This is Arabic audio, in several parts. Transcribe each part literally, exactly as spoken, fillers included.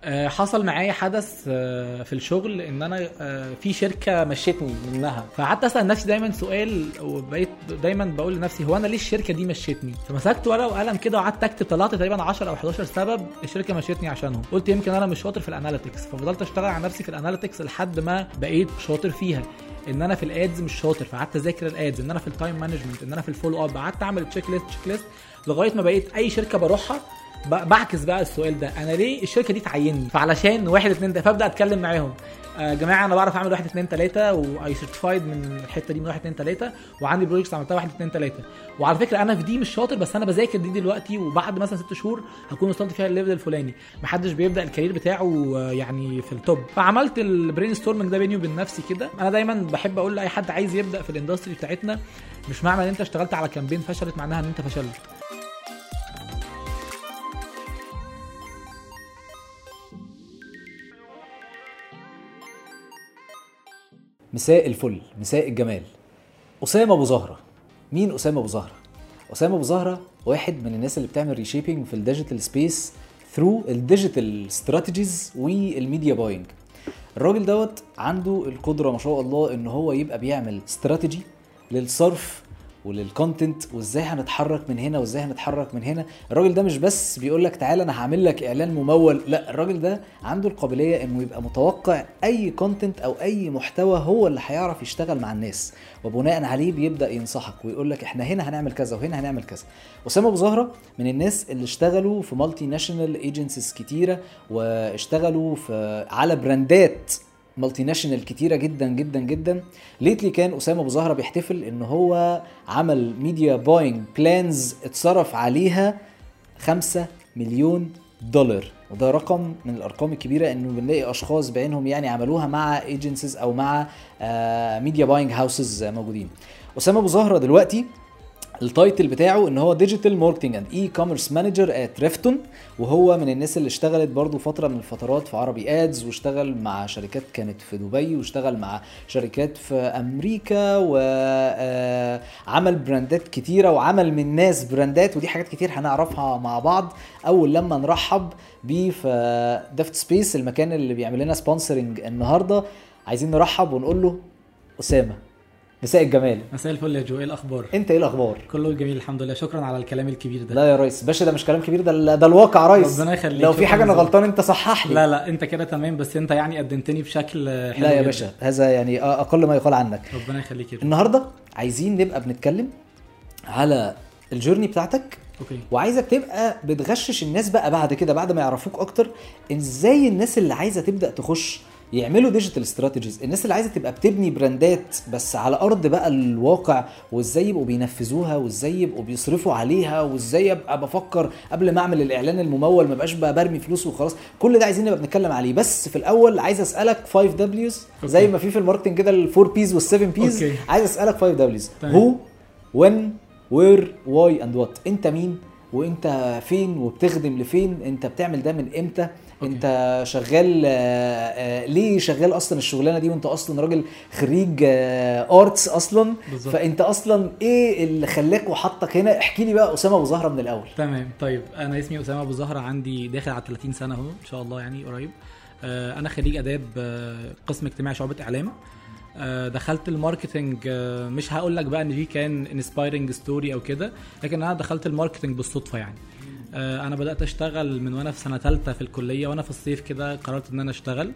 حصل معايا حدث في الشغل ان انا في شركه مشيتني منها، فقعدت اسال نفسي دايما سؤال، وبقيت دايما بقول لنفسي هو انا ليه الشركه دي مشيتني؟ فمسكت ورقه وقلم كده وقعدت اكتب، طلعت تقريبا عشرة او حداشر سبب الشركه مشيتني عشانهم. قلت يمكن انا مش شاطر في الاناليتكس، ففضلت اشتغل على نفسي في الاناليتكس لحد ما بقيت شاطر فيها. ان انا في الادز مش شاطر، فقعدت اذاكر الادز. ان انا في التايم مانجمنت، ان انا في الفولو اب، قعدت اعمل تشيك ليست تشيك ليست لغايه ما بقيت اي شركه بروحها بعكس بقى السؤال ده، انا ليه الشركه دي تعيني؟ فعلشان واحد اتنين ده، فابدا اتكلم معاهم. يا جماعه انا بعرف اعمل واحد اتنين تلاته، واي سيرتيفايد من الحته دي من واحد اتنين تلاته، وعندي بروجكتس عملتها واحد اتنين تلاته. وعلى فكره انا في دي مش شاطر، بس انا بذاكر دي دلوقتي، وبعد مثلا ست شهور هكون وصلت فيها الليفل الفلاني. محدش بيبدا الكارير بتاعه يعني في التوب. فعملت البرين ستورمنج ده بيني وبين نفسي كده. انا دايما بحب اقول لاي حد عايز يبدا في الاندستري بتاعتنا، مش معنى ان انت اشتغلت على كامبين فشلت معناها ان انت فشلت. مساء الفل، مساء الجمال. أسامة أبو زهرة. مين أسامة أبو زهرة؟ أسامة أبو زهرة واحد من الناس اللي بتعمل ريشيبينج في الديجيتال سبيس ثرو الديجيتال استراتيجيز والميديا باينج. الراجل دوت عنده القدرة ما شاء الله ان هو يبقى بيعمل استراتيجي للصرف وللكونتنت، وازاي هنتحرك من هنا وازاي هنتحرك من هنا. الراجل ده مش بس بيقول لك تعالى انا هعمل لك اعلان ممول، لا، الراجل ده عنده القابليه انه يبقى متوقع اي كونتنت او اي محتوى هو اللي هيعرف يشتغل مع الناس، وبناء عليه بيبدا ينصحك ويقول لك احنا هنا هنعمل كذا وهنا هنعمل كذا. أسامة أبو زهرة من الناس اللي اشتغلوا في مالتي ناشونال ايجنسيز كتيره، واشتغلوا في على براندات مالتي ناشونال كتيره جدا جدا جدا. ليتلي كان أسامة أبو زهرة بيحتفل ان هو عمل ميديا باينج بلانز اتصرف عليها خمسة مليون دولار، وده رقم من الارقام الكبيره انه بنلاقي اشخاص بعينهم يعني عملوها مع ايجنسيز او مع ميديا باينج هاوسز موجودين. أسامة أبو زهرة دلوقتي التايتل بتاعه ان هو ديجيتال ماركتنج اند اي كوميرس مانجر ات ريفتون، وهو من الناس اللي اشتغلت برضو فتره من الفترات في عربي ادز، واشتغل مع شركات كانت في دبي، واشتغل مع شركات في امريكا، وعمل براندات كتيره وعمل من ناس براندات، ودي حاجات كتير هنعرفها مع بعض اول لما نرحب بيه في دافت سبيس، المكان اللي بيعمل لنا سبونسرنج النهارده. عايزين نرحب ونقول له أسامة مساء الجمال. مساء الفل يا جو، ايه الاخبار؟ انت ايه الاخبار؟ كله جميل الحمد لله. شكرا على الكلام الكبير ده. لا يا ريس باشا، ده مش كلام كبير، ده ده الواقع يا ريس. ربنا يخليك. لو في حاجه انا غلطان انت صحح لي. لا لا انت كده تمام، بس انت يعني قدمتني بشكل حلو. لا يا باشا، هذا يعني اقل ما يقال عنك. ربنا يخليك يا جو. النهارده عايزين نبقى بنتكلم على الجورني بتاعتك. اوكي. وعايزك تبقى بتغشش الناس بقى بعد كده، بعد ما يعرفوك اكتر، ازاي الناس اللي عايزه تبدا تخش يعملوا ديجيتال استراتيجيز، الناس اللي عايزه تبقى بتبني براندات بس على ارض بقى الواقع، وازاي يبقوا بينفذوها، وازاي يبقوا بيصرفوا عليها، وازاي ابقى بفكر قبل ما اعمل الاعلان الممول ما بقاش بقى برمي فلوس وخلاص. كل ده عايزين نبقى بنتكلم عليه. بس في الاول عايز اسالك خمسة دبليوز زي ما في في الماركتنج كده الفور بيز والسفن بيز. عايز اسالك خمسة دبليوز: هو، وين، وير، واي اند وات. انت مين وانت فين وبتخدم لفين؟ انت بتعمل ده من امتى؟ أوكي. انت شغال آآ آآ ليه شغال اصلا الشغلانه دي وانت اصلا راجل خريج ارتس اصلا؟ بالزبط. فانت اصلا ايه اللي خلاك وحطك هنا؟ احكي لي بقى أسامة أبو زهرة من الاول. تمام. طيب انا اسمي أسامة أبو زهرة، عندي داخل على ثلاثين سنه اهو ان شاء الله، يعني قريب. انا خريج اداب قسم اجتماعي شعبة اعلام. دخلت الماركتنج، مش هقول لك بقى ان دي كان انسبايرنج ستوري او كده، لكن انا دخلت الماركتنج بالصدفه. يعني انا بدات اشتغل من وانا في سنه ثالثه في الكليه، وانا في الصيف كده قررت ان انا اشتغل.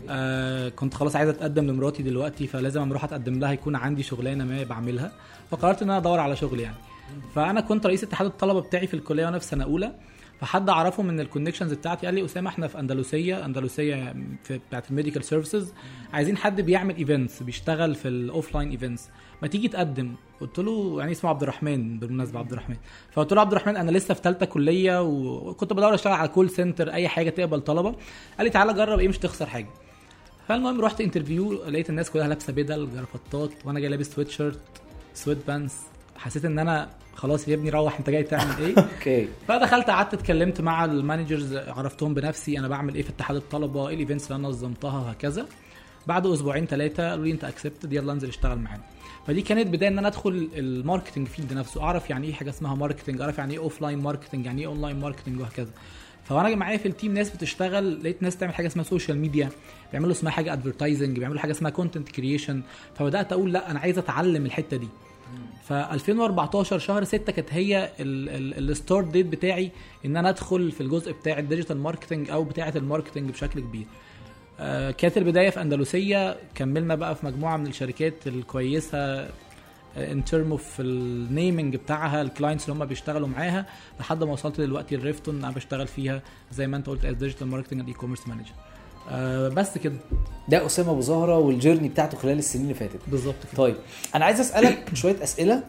كنت خلاص عايز اتقدم لمراتي دلوقتي، فلازم اروح اتقدم لها يكون عندي شغلانه ما بعملها، فقررت ان انا ادور على شغل يعني. فانا كنت رئيس اتحاد الطلبه بتاعي في الكليه وانا في سنه اولى، فحد اعرفه من الكونكشنز بتاعتي قال لي أسامة احنا في اندلسيه اندلسيه في بتاعه الميديكال سيرفيسز، عايزين حد بيعمل ايفنتس، بيشتغل في الاوفلاين ايفنتس، ما تيجي تقدم؟ قلت له يعني اسمه عبد الرحمن بالمناسبه، عبد الرحمن. فقلت له عبد الرحمن انا لسه في ثالثه كليه وكنت بدور اشتغل على كول سنتر، اي حاجه تقبل طلبه. قال لي تعالى جرب، ايه مش تخسر حاجه. فالمهم رحت انترفيو، لقيت الناس كلها لابسه بدل جرافطات وانا جاي لابس سويت شيرت سويت بانس. حسيت ان انا خلاص يا ابني روح، انت جاي تعمل ايه؟ اوكي. فدخلت قعدت اتكلمت مع المانجرز، عرفتهم بنفسي انا بعمل ايه في اتحاد الطلبه، ايه الايفنتس اللي انا نظمتها وهكذا. بعد اسبوعين ثلاثه قالوا لي انت اكسبتد، يلا انزل اشتغل معانا. فدي كانت بدايه ان انا ادخل الماركتنج فيلد نفسه، اعرف يعني ايه حاجه اسمها ماركتنج، اعرف يعني ايه اوفلاين ماركتنج، يعني ايه اونلاين ماركتنج وهكذا. فانا معايا في التيم ناس بتشتغل، لقيت ناس تعمل حاجه اسمها سوشيال ميديا، بيعملوا اسمها حاجه ادفرتايزنج، بيعملوا حاجه اسمها كونتنت كرييشن. فبدات اقول لا انا عايز اتعلم الحته دي. ف ألفين وأربعتاشر شهر ستة كانت هي الستارت ديت بتاعي ان انا ادخل في الجزء بتاع الديجيتال ماركتنج او بتاعه الماركتنج بشكل كبير. آه كانت البدايه في اندلسيه، كملنا بقى في مجموعه من الشركات الكويسه ان ترم اوف النيمنج بتاعها، الكلاينتس اللي هم بيشتغلوا معاها، لحد ما وصلت دلوقتي الريفتون انا بشتغل فيها زي ما انت قلت از ديجيتال ماركتنج اند اي كوميرس مانجر. آه بس كده. ده اسامه ابو زهره والجيرني بتاعته خلال السنين اللي فاتت. بالظبط كده. طيب انا عايز اسالك شويه اسئله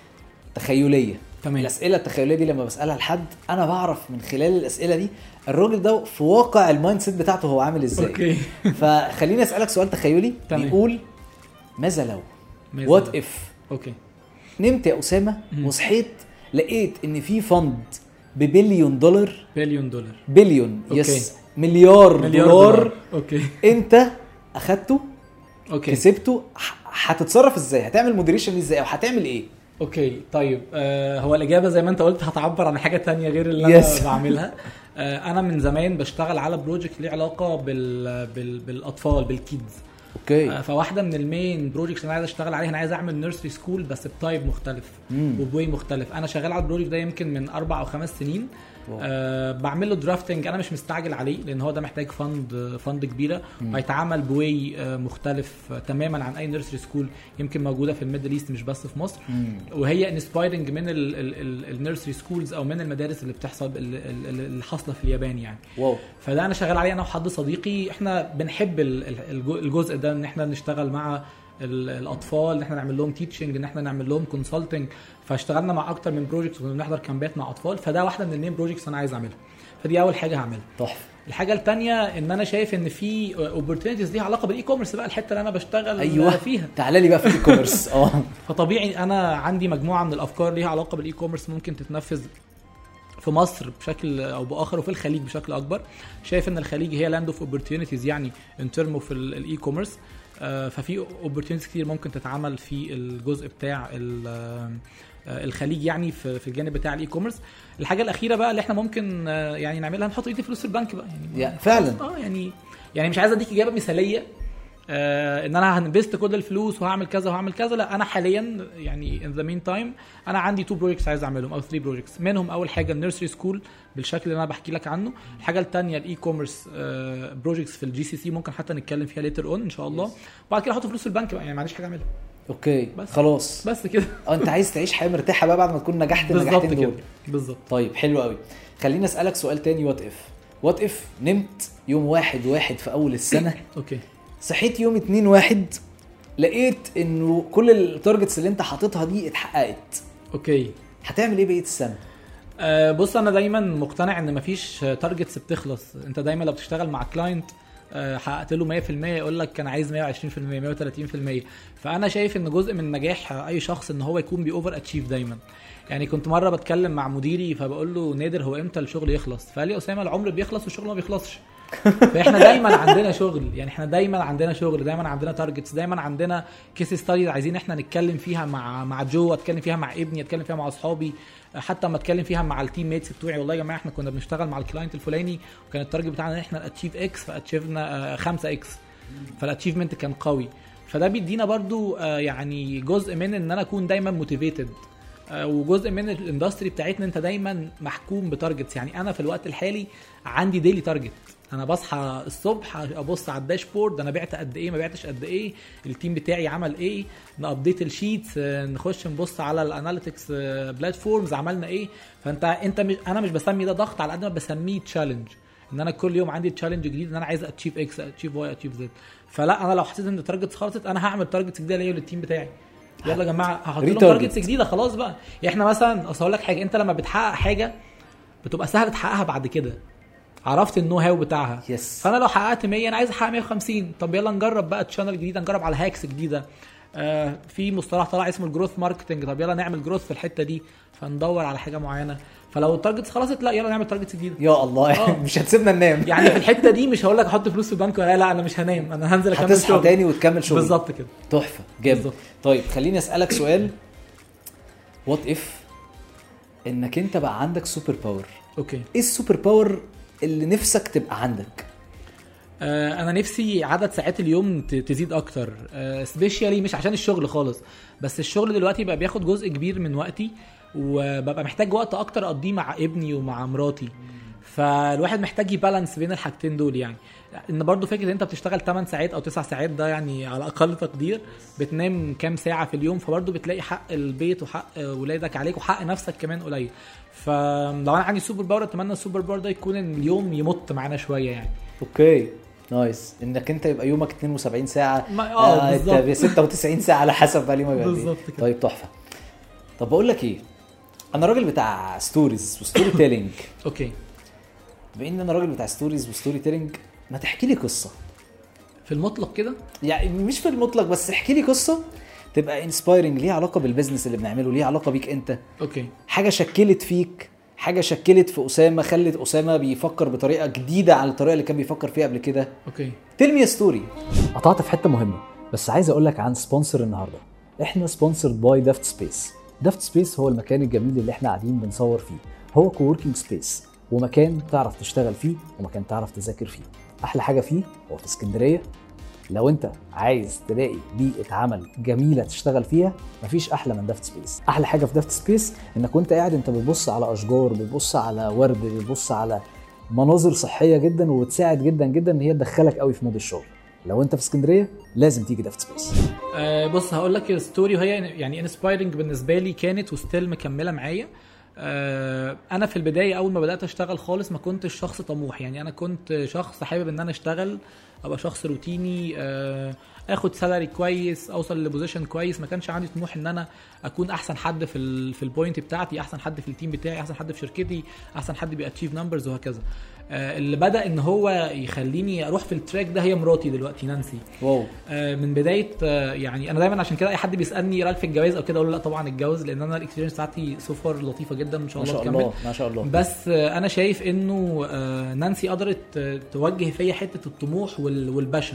تخيليه. تمام. الاسئله التخيليه دي لما بسالها لحد انا بعرف من خلال الاسئله دي الراجل ده في واقع المايند سيت بتاعته هو عامل ازاي. اوكي. فخليني اسالك سؤال تخيلي. تمام. بيقول ماذا لو وات اف اوكي نمت يا اسامه وصحيت لقيت ان في فند ببليون دولار. بليون دولار. بليون. أوكي. يس مليار, مليار دولار, دولار. اوكي. انت اخدته. اوكي. كسبته. هتتصرف ازاي؟ هتعمل مودريشن ازاي او هتعمل ايه؟ اوكي طيب آه هو الاجابه زي ما انت قلت هتعبر عن حاجه تانية غير اللي انا yes. بعملها. آه انا من زمان بشتغل على بروجكت ليه علاقه بال... بال... بالاطفال بالكيدز. اوكي. آه فواحده من المين بروجكتس انا عايز اشتغل عليها، انا عايز اعمل نيرسري سكول بس بتايب مختلف وبوي مختلف. انا شغال على البروجكت ده يمكن من اربع او خمس سنين. أه بعمل له درافتنج، انا مش مستعجل عليه لان هو ده محتاج فند فند كبيره وهيتعمل بوي مختلف تماما عن اي نيرسري سكول يمكن موجوده في الميدل ايست مش بس في مصر. مم. وهي انسبايرنج من النيرسري سكولز او من المدارس اللي بتحصل اللي حاصله في اليابان يعني. واو. فده انا شغال عليه انا وحد صديقي، احنا بنحب الجزء ده ان احنا نشتغل مع الاطفال، ان احنا نعمل لهم تيتشنج، ان احنا نعمل لهم كونسلتنج. فاشتغلنا مع اكتر من بروجكت وبنحضر كامبات مع اطفال، فده واحده من المين بروجكتس انا عايز اعملها. فدي اول حاجه هعملها. تحفه. الحاجه الثانيه ان انا شايف ان في اوبورتونيتيز ليها علاقه بالاي كوميرس بقى، الحته اللي انا بشتغل أيوة. فيها. تعالى لي بقى في الاي كوميرس. اه فطبيعي انا عندي مجموعه من الافكار ليها علاقه بالاي كوميرس ممكن تتنفذ في مصر بشكل او باخر وفي الخليج بشكل اكبر. شايف ان الخليج هي لاند اوف اوبورتونيتيز يعني ان ترم اوف الاي كوميرس. ففي اوبورتونيتيز كتير ممكن تتعمل في الجزء بتاع الخليج يعني في الجانب بتاع الاي كوميرس. الحاجه الاخيره بقى اللي احنا ممكن يعني نعملها نحط ايدي فلوس في البنك بقى يعني, يعني فعلا اه يعني يعني مش عايز اديك اجابه مثاليه آه ان انا هنبست كل الفلوس وهعمل كذا وهعمل كذا. لا انا حاليا يعني in the meantime انا عندي تو بروجكتس عايز اعملهم او ثري بروجكتس. منهم اول حاجه النيرسري سكول بالشكل اللي انا بحكي لك عنه. الحاجه الثانيه الاي كوميرس آه بروجكتس في الجي سي سي ممكن حتى نتكلم فيها ليتر اون ان شاء الله. وبعد كده احط فلوس في البنك بقى يعني ما عنديش حاجه اعملها. اوكي بس خلاص بس كده. اه انت عايز تعيش حياه مرتاحه بقى بعد ما تكون نجحت النجاحتين دول. بالظبط. طيب حلو قوي. خليني اسالك سؤال تاني. وات اف وات اف نمت يوم واحد واحد في اول السنه. اوكي. صحيت يوم اتنين واحد لقيت انه كل التارجتس اللي انت حاططها دي اتحققت. اوكي. هتعمل ايه بقيه السنه؟ أه بص انا دايما مقتنع ان مفيش تارجتس بتخلص. انت دايما لو بتشتغل مع كلاينت أه حققت له مية في المية يقول لك انا عايز مية وعشرين في المية مية وتلاتين في المية. فانا شايف ان جزء من نجاح اي شخص ان هو يكون بي اوفر اتشيف دايما. يعني كنت مره بتكلم مع مديري فبقول له نادر هو امتى الشغل يخلص؟ فقال لي اسامه العمر بيخلص والشغل ما بيخلصش. فاحنا دايما عندنا شغل يعني احنا دايما عندنا شغل دايما عندنا تارجتس دايما عندنا كيس ستاديز عايزين احنا نتكلم فيها مع مع جو، اتكلم فيها مع ابني، اتكلم فيها مع اصحابي، حتى ما اتكلم فيها مع التيم ميتس بتوعي. والله يا جماعه احنا كنا بنشتغل مع الكلاينت الفلاني وكان التارجت بتاعنا ان احنا اتشيف اكس فاتشيفنا خمسة اكس فالاتشيفمنت كان قوي. فده بيدينا برضو يعني جزء من ان انا اكون دايما موتيفيتد وجزء من الاندستري بتاعتنا انت دايما محكوم بتارجتس. يعني انا في الوقت الحالي عندي ديلي تارجت. انا بصحى الصبح ابص على الداشبورد انا بعت قد ايه ما بعتش قد ايه، التيم بتاعي عمل ايه، نابديت الشيتس، نخش نبص على الاناليتكس بلاتفورمز عملنا ايه. فانت انت مش انا مش بسمي ده ضغط على قد ما بسميه تشالنج. ان انا كل يوم عندي تشالنج جديد ان انا عايز اتشيف اكس اتشيف واي اتشيف زد. فلا انا لو حسيت ان التارجتس خلصت انا هعمل تارجتس جديده ليا وللتيم بتاعي. يلا يا جماعه هحط لهم تارجتس جديده خلاص بقى. يعني احنا مثلا اصل اقول لك حاجه، انت لما بتحقق حاجه بتبقى سهل تحققها بعد كده، عرفت النو هاو بتاعها. yes. فانا لو حققت مية انا عايز احقق مية وخمسين. طب يلا نجرب بقى تشانل جديده، نجرب على هاكس جديده. آه في مصطلح طلع اسمه الجروث ماركتنج. طب يلا نعمل جروث في الحته دي فندور على حاجه معينه. فلو التارجتس خلصت لا يلا نعمل تارجتس جديده. يا الله مش هتسيبنا ننام يعني في الحته دي مش هقول لك احط فلوس في البنك ولا لا انا مش هنام، انا هنزل اكمل شغل هتصحى تاني وتكمل شغل بالظبط كده. تحفه جامد. طيب خليني اسالك سؤال. وات اف انك انت بقى عندك سوبر باور. اوكي. ايه السوبر باور اللي نفسك تبقى عندك؟ انا نفسي عدد ساعات اليوم تزيد اكتر، سبيشالي مش عشان الشغل خالص، بس الشغل دلوقتي بقى بياخد جزء كبير من وقتي، وببقى محتاج وقت اكتر اقضيه مع ابني ومع مراتي. فالواحد محتاج يبالانس بين الحاجتين دول، يعني ان برضو فكره ان انت بتشتغل ثمان ساعات او تسع ساعات ده يعني على اقل تقدير، بتنام كام ساعه في اليوم، فبرضو بتلاقي حق البيت وحق ولادك عليك وحق نفسك كمان قليل. فلو انا عندي سوبر باور اتمنى السوبر باور ده يكون ان اليوم يمط معانا شويه يعني. اوكي نايس، انك انت يبقى يومك اتنين وسبعين ساعه، اه بالظبط ستة وتسعين ساعه على حسب بقى اليوم بالظبط كده. طيب تحفه. طب بقول لك ايه، انا راجل بتاع ستوريز وستوري تيلينج. اوكي، بما ان انا راجل بتاع ستوريز وستوري تيلينج، ما تحكي لي قصه في المطلق كده؟ يعني مش في المطلق، بس احكي لي قصه تبقى انسبايرنج، ليها علاقه بالبيزنس اللي بنعمله، ليها علاقه بيك انت. اوكي، حاجه شكلت فيك، حاجه شكلت في اسامه، خلت اسامه بيفكر بطريقه جديده على الطريقه اللي كان بيفكر فيها قبل كده. اوكي، تيل مي ستوري. قطعت في حته مهمه، بس عايز اقول لك عن سبونسر النهارده. احنا سبونسرد باي دافت سبيس. دافت سبيس هو المكان الجميل اللي احنا قاعدين بنصور فيه، هو كووركينج سبيس، ومكان تعرف تشتغل فيه ومكان تعرف تذاكر فيه. احلى حاجه فيه هو في اسكندريه. لو انت عايز تلاقي بيئه عمل جميله تشتغل فيها، مفيش احلى من دافت سبيس. احلى حاجه في دافت سبيس انك وانت قاعد انت بتبص على اشجار، بتبص على ورد، بتبص على مناظر صحيه جدا، وبتساعد جدا جدا ان هي تدخلك قوي في مود الشغل. لو انت في اسكندريه لازم تيجي دافت سبيس. أه بص هقول لك الستوري، وهي يعني انسبايرنج بالنسبه لي كانت وستيل مكمله معايا. أه انا في البدايه اول ما بدات اشتغل خالص ما كنتش شخص طموح، يعني انا كنت شخص حابب ان انا اشتغل ابقى شخص روتيني، أه اخد سالاري كويس، اوصل لبوزيشن كويس. ما كانش عندي طموح ان انا اكون احسن حد في ال في البوينت بتاعتي، احسن حد في التيم بتاعي، احسن حد في شركتي، احسن حد بياتشيف نمبرز وهكذا. أه اللي بدا ان هو يخليني اروح في التراك ده هي مراتي دلوقتي نانسي. واو. أه من بدايه أه يعني انا دايما عشان كده اي حد بيسالني رايك في الجواز او كده اقول له لا طبعا الجواز، لان انا الاكسبيرينس بتاعتي سوفر لطيفه جدا ان شاء الله تكمل. ما شاء الله ما شاء الله. بس أه انا شايف انه أه نانسي قدرت توجه فيا حته الطموح والباشن،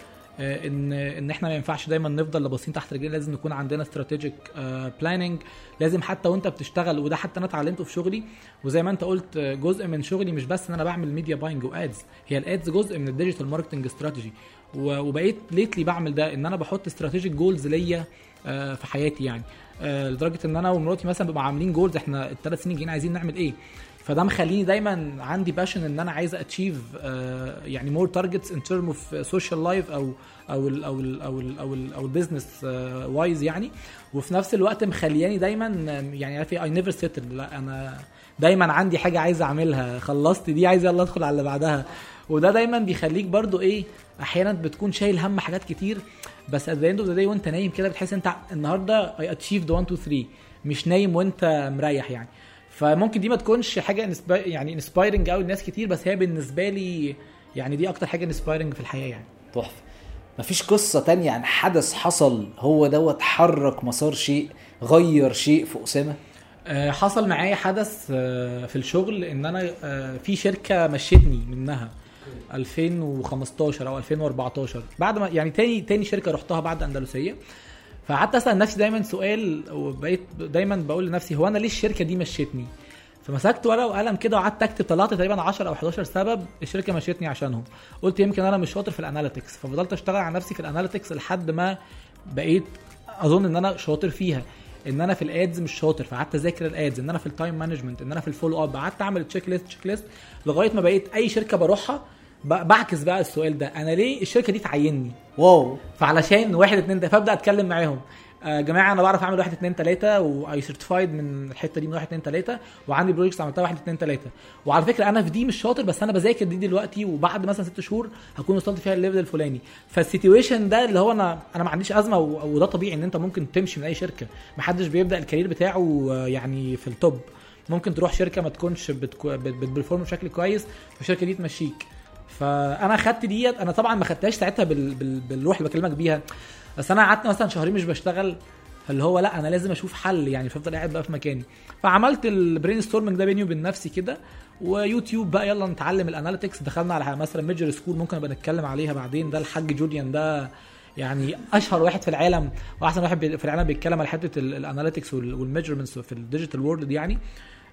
ان ان احنا ما ينفعش دايما نفضل لابسين تحت رجلنا، لازم نكون عندنا استراتيجيك بلاننج. لازم حتى وانت بتشتغل، وده حتى انا اتعلمته في شغلي، وزي ما انت قلت جزء من شغلي مش بس ان انا بعمل ميديا باينج وادز، هي الادز جزء من الديجيتال ماركتنج استراتيجي. وبقيت ليتلي بعمل ده، ان انا بحط استراتيجيك جولز ليا في حياتي، يعني لدرجه ان انا ومراتي مثلا بنبقى عاملين جولز احنا الثلاث سنين الجايين عايزين نعمل ايه. فده مخليني دايما عندي باشن ان انا عايز اتشيف يعني مور تارجتس ان تيرم اوف سوشيال لايف او او ال او ال او ال او ال او البيزنس وايز يعني. وفي نفس الوقت مخلياني دايما يعني عارف اي نيفر سيتل، لا انا دايما عندي حاجه عايز اعملها، خلصت دي عايز يلا ادخل على اللي بعدها. وده دايما بيخليك برضو ايه، احيانا بتكون شايل هم حاجات كتير، بس at the end of the day وانت نايم كده بتحس انت النهارده I achieved one two three، مش نايم وانت مريح يعني. فممكن دي ما تكونش حاجه يعني انسبايرنج قوي لناس كتير، بس هي بالنسبه لي يعني دي اكتر حاجه انسبايرنج في الحياه يعني. تحفه. مفيش قصه تانية عن حدث حصل هو دوت حرك مسار شيء، غير شيء في اسامه؟ أه حصل معايا حدث أه في الشغل، ان انا أه في شركه مشيتني منها ألفين وخمستاشر او ألفين واربعتاشر، بعد ما يعني تاني تاني شركه رحتها بعد اندلسيه. فقعدت اسال نفسي دايما سؤال، وبقيت دايما بقول لنفسي هو انا ليه الشركه دي مشيتني؟ فمسكت ورقه وقلم كده وقعدت اكتب، طلعت تقريبا عشرة او حداشر سبب الشركه مشيتني عشانهم. قلت يمكن انا مش شاطر في الاناليتكس، ففضلت اشتغل على نفسي في الاناليتكس لحد ما بقيت اظن ان انا شاطر فيها. ان انا في الادز مش شاطر، فقعدت اذاكر الادز، ان انا في التايم مانجمنت، ان انا في الفولو اب، قعدت اعمل تشيك ليست تشيك ليست لغايه ما بقيت اي شركه بروحها بعكس بقى السؤال ده، انا ليه الشركه دي تعيني؟ واو. فعلشان واحد اتنين ده، فابدا اتكلم معاهم يا جماعه انا بعرف اعمل واحد اتنين تلاته، واي سيرتيفايد من الحته دي من واحد اتنين تلاته، وعندي بروجكتس عملتها واحد اتنين تلاته، وعلى فكره انا في دي مش شاطر، بس انا بذاكر دي دلوقتي، وبعد مثلا ست شهور هكون وصلت فيها الليفل الفلاني. فالسيتويشن ده اللي هو انا انا ما عنديش ازمه، وده طبيعي ان انت ممكن تمشي من اي شركه، ما حدش بيبدا الكارير بتاعه يعني في التوب. ممكن تروح شركه ما تكونش بتبرفورم بشكل كويس، فالشركه دي تمشيك. فانا خدت ديت، انا طبعا ما خدتهاش ساعتها بال... بال... بالروح اللي بكلمك بيها، بس انا قعدت مثلا شهرين مش بشتغل، فاللي هو لا انا لازم اشوف حل يعني، فافضل قاعد بقى في مكاني. فعملت البرين ستورمنج ده بيني وبين نفسي كده، ويوتيوب بقى يلا نتعلم الاناليتكس. دخلنا على مثلا ميجر سكول، ممكن ابقى نتكلم عليها بعدين، ده الحاج جوليان ده يعني اشهر واحد في العالم واحسن واحد في العالم بيتكلم على حته الاناليتكس والميجرمنتس في الديجيتال وورلد يعني.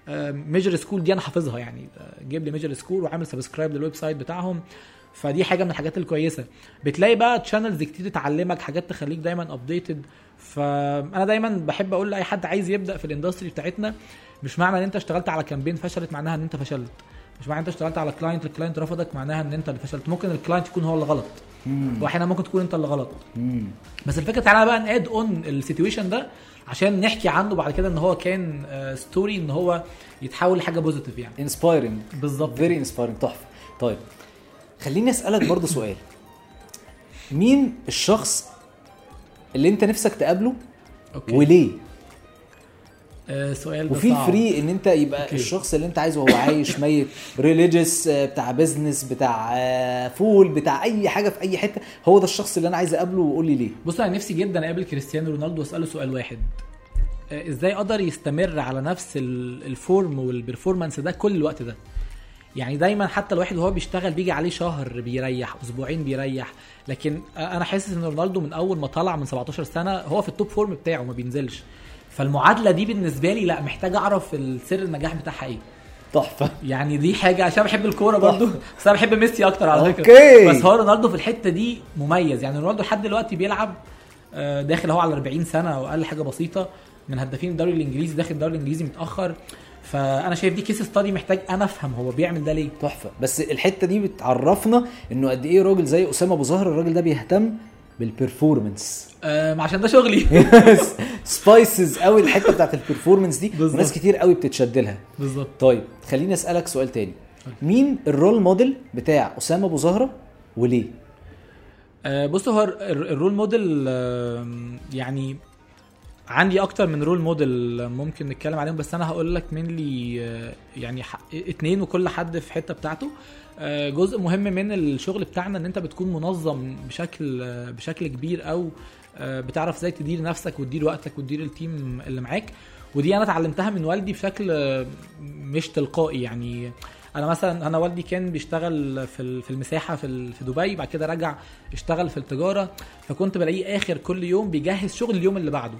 ميجر سكول دي انا حافظها يعني، جيب لي ميجر سكول وعامل سبسكرايب للويب سايت بتاعهم، فدي حاجه من الحاجات الكويسه. بتلاقي بقى تشانلز كتير تعلمك حاجات تخليك دايما ابديتد. فانا دايما بحب اقول لاي حد عايز يبدا في الاندستري بتاعتنا، مش معنى ان انت اشتغلت على كامبين فشلت معناها ان انت فشلت، مش معنى انت اشتغلت على كلاينت الكلاينت رفضك معناها ان انت اللي فشلت. ممكن الكلاينت يكون هو اللي غلط، واحيانا ممكن تكون انت اللي غلط. مم. بس الفكره تعالى بقى ناد اون السيتويشن ده عشان نحكي عنه بعد كده ان هو كان ستوري ان هو يتحول لحاجه بوزيتيف يعني انسبايرنج. بالظبط، فيري انسبايرنج، تحفه. طيب خليني اسالك برضو سؤال، مين الشخص اللي انت نفسك تقابله أوكي. وليه؟ آه سؤال وفي فري ان انت يبقى أوكي. الشخص اللي انت عايزه هو عايش ميت ريليجيوس بتاع بيزنس بتاع فول بتاع اي حاجه في اي حته، هو ده الشخص اللي انا عايز اقابله وقول لي ليه. بص انا نفسي جدا اقابل كريستيانو رونالدو واساله سؤال واحد، آه ازاي قدر يستمر على نفس الفورم والبرفورمانس ده كل الوقت ده؟ يعني دايما حتى الواحد وهو بيشتغل بيجي عليه شهر بيريح، اسبوعين بيريح، لكن انا حاسس ان رونالدو من اول ما طلع من سبعتاشر سنه هو في التوب فورم بتاعه ما بينزلش. فالمعادله دي بالنسبه لي لا، محتاج اعرف السر النجاح بتاعها ايه. تحفه يعني دي حاجه عشان بحب الكوره برضو، بس انا بحب ميسي اكتر على فكره. أوكي. بس هو رونالدو في الحته دي مميز. يعني رونالدو لحد دلوقتي بيلعب داخل هو على أربعين سنه او اقل حاجه بسيطه، من هدافين الدوري الانجليزي، داخل الدوري الانجليزي متاخر. فانا شايف دي كيس ستادي محتاج انا افهم هو بيعمل ده ليه. تحفه. بس الحته دي بتعرفنا انه قد ايه راجل زي اسامه ابو زهر الراجل ده بيهتم بالبرفورمانس، آه عشان ده شغلي. سبايسز قوي الحته بتاعت البرفورمانس دي، وناس كتير قوي بتتشد لها. بالظبط. طيب خليني اسالك سؤال تاني، مين الرول موديل بتاع اسامه ابو زهره وليه؟ آه بص هو الرول موديل آه يعني عندي اكتر من رول موديل ممكن نتكلم عليهم، بس انا هقول لك من لي يعني اتنين وكل حد في حته بتاعته. جزء مهم من الشغل بتاعنا ان انت بتكون منظم بشكل بشكل كبير، او بتعرف ازاي تدير نفسك وتدير وقتك وتدير التيم اللي معاك. ودي انا اتعلمتها من والدي بشكل مش تلقائي. يعني انا مثلا انا والدي كان بيشتغل في في المساحه في في دبي، بعد كده رجع اشتغل في التجاره، فكنت بلاقيه اخر كل يوم بيجهز شغل اليوم اللي بعده.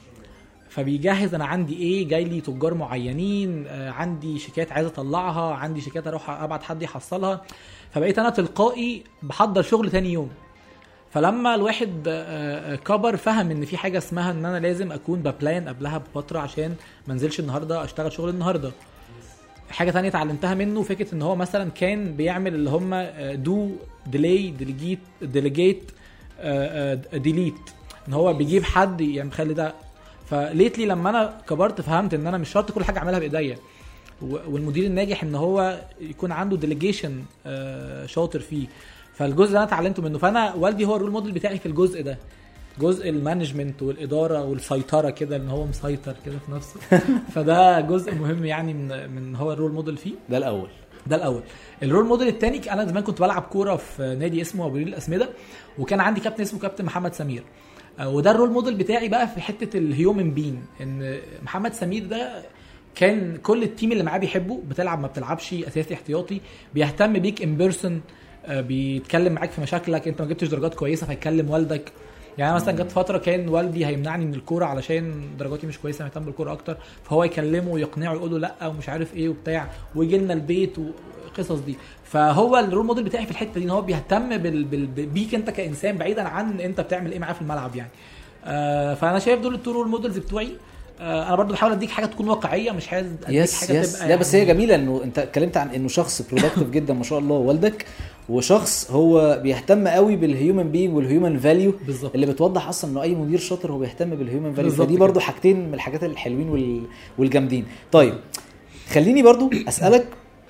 فبيجهز انا عندي ايه، جاي لي تجار معينين، آه عندي شيكات عايز اطلعها، عندي شيكات اروح ابعت حد يحصلها. فبقيت انا تلقائي بحضر شغل تاني يوم. فلما الواحد آه كبر فهم ان في حاجه اسمها ان انا لازم اكون ببلان قبلها بفتره عشان ما انزلش النهارده اشتغل شغل النهارده. حاجه تانية اتعلمتها منه فكره ان هو مثلا كان بيعمل اللي هم دو ديلي ديليجيت ديليجيت ديليت، ان هو بيجيب حد يعني مخلي ده. فليتلي لما انا كبرت فهمت ان انا مش شرط كل حاجه اعملها بايديا، والمدير الناجح ان هو يكون عنده ديليجيشن شاطر فيه. فالجزء ده انا اتعلمته منه. فانا والدي هو الرول موديل بتاعي في الجزء ده، جزء المانجمنت والاداره والسيطره كده، ان هو مسيطر كده في نفسه. فده جزء مهم يعني من من هو الرول موديل فيه. ده الاول ده الاول. الرول موديل الثاني، انا زمان كنت بلعب كوره في نادي اسمه ابو الاسمده، وكان عندي كابتن اسمه كابتن محمد سمير، وده الرول موديل بتاعي بقى في حته الهيومن بين. ان محمد سمير ده كان كل التيم اللي معاه بيحبه، بتلعب ما بتلعبش اساسي احتياطي، بيهتم بيك ان بيرسون، بيتكلم معاك في مشاكلك، انت ما جبتش درجات كويسه فيكلم والدك. يعني مثلا جت فتره كان والدي هيمنعني من الكوره علشان درجاتي مش كويسه، مهتم بالكوره اكتر، فهو يكلمه ويقنعه يقول له لا ومش عارف ايه وبتاع، ويجي لنا البيت وقصص دي. فهو الرول موديل بتاعي في الحته دي، ان هو بيهتم بال... بال... بيك انت كانسان بعيدا عن انت بتعمل ايه معاه في الملعب يعني. آه فانا شايف دول التو رول موديلز بتوعي. آه انا برضو بحاول اديك حاجه تكون واقعيه، مش عايز اديك يس حاجه يس. تبقى لا بس هي جميله انه انت اتكلمت عن انه شخص برودكتيف جدا ما شاء الله والدك، وشخص هو بيهتم قوي بالهيومن بينج والهيومن فاليو، اللي بتوضح اصلا انه اي مدير شاطر هو بيهتم بالهيومن فاليو. فدي برضو حاجتين من الحاجات الحلوين وال... والجامدين. طيب خليني برضو اسالك،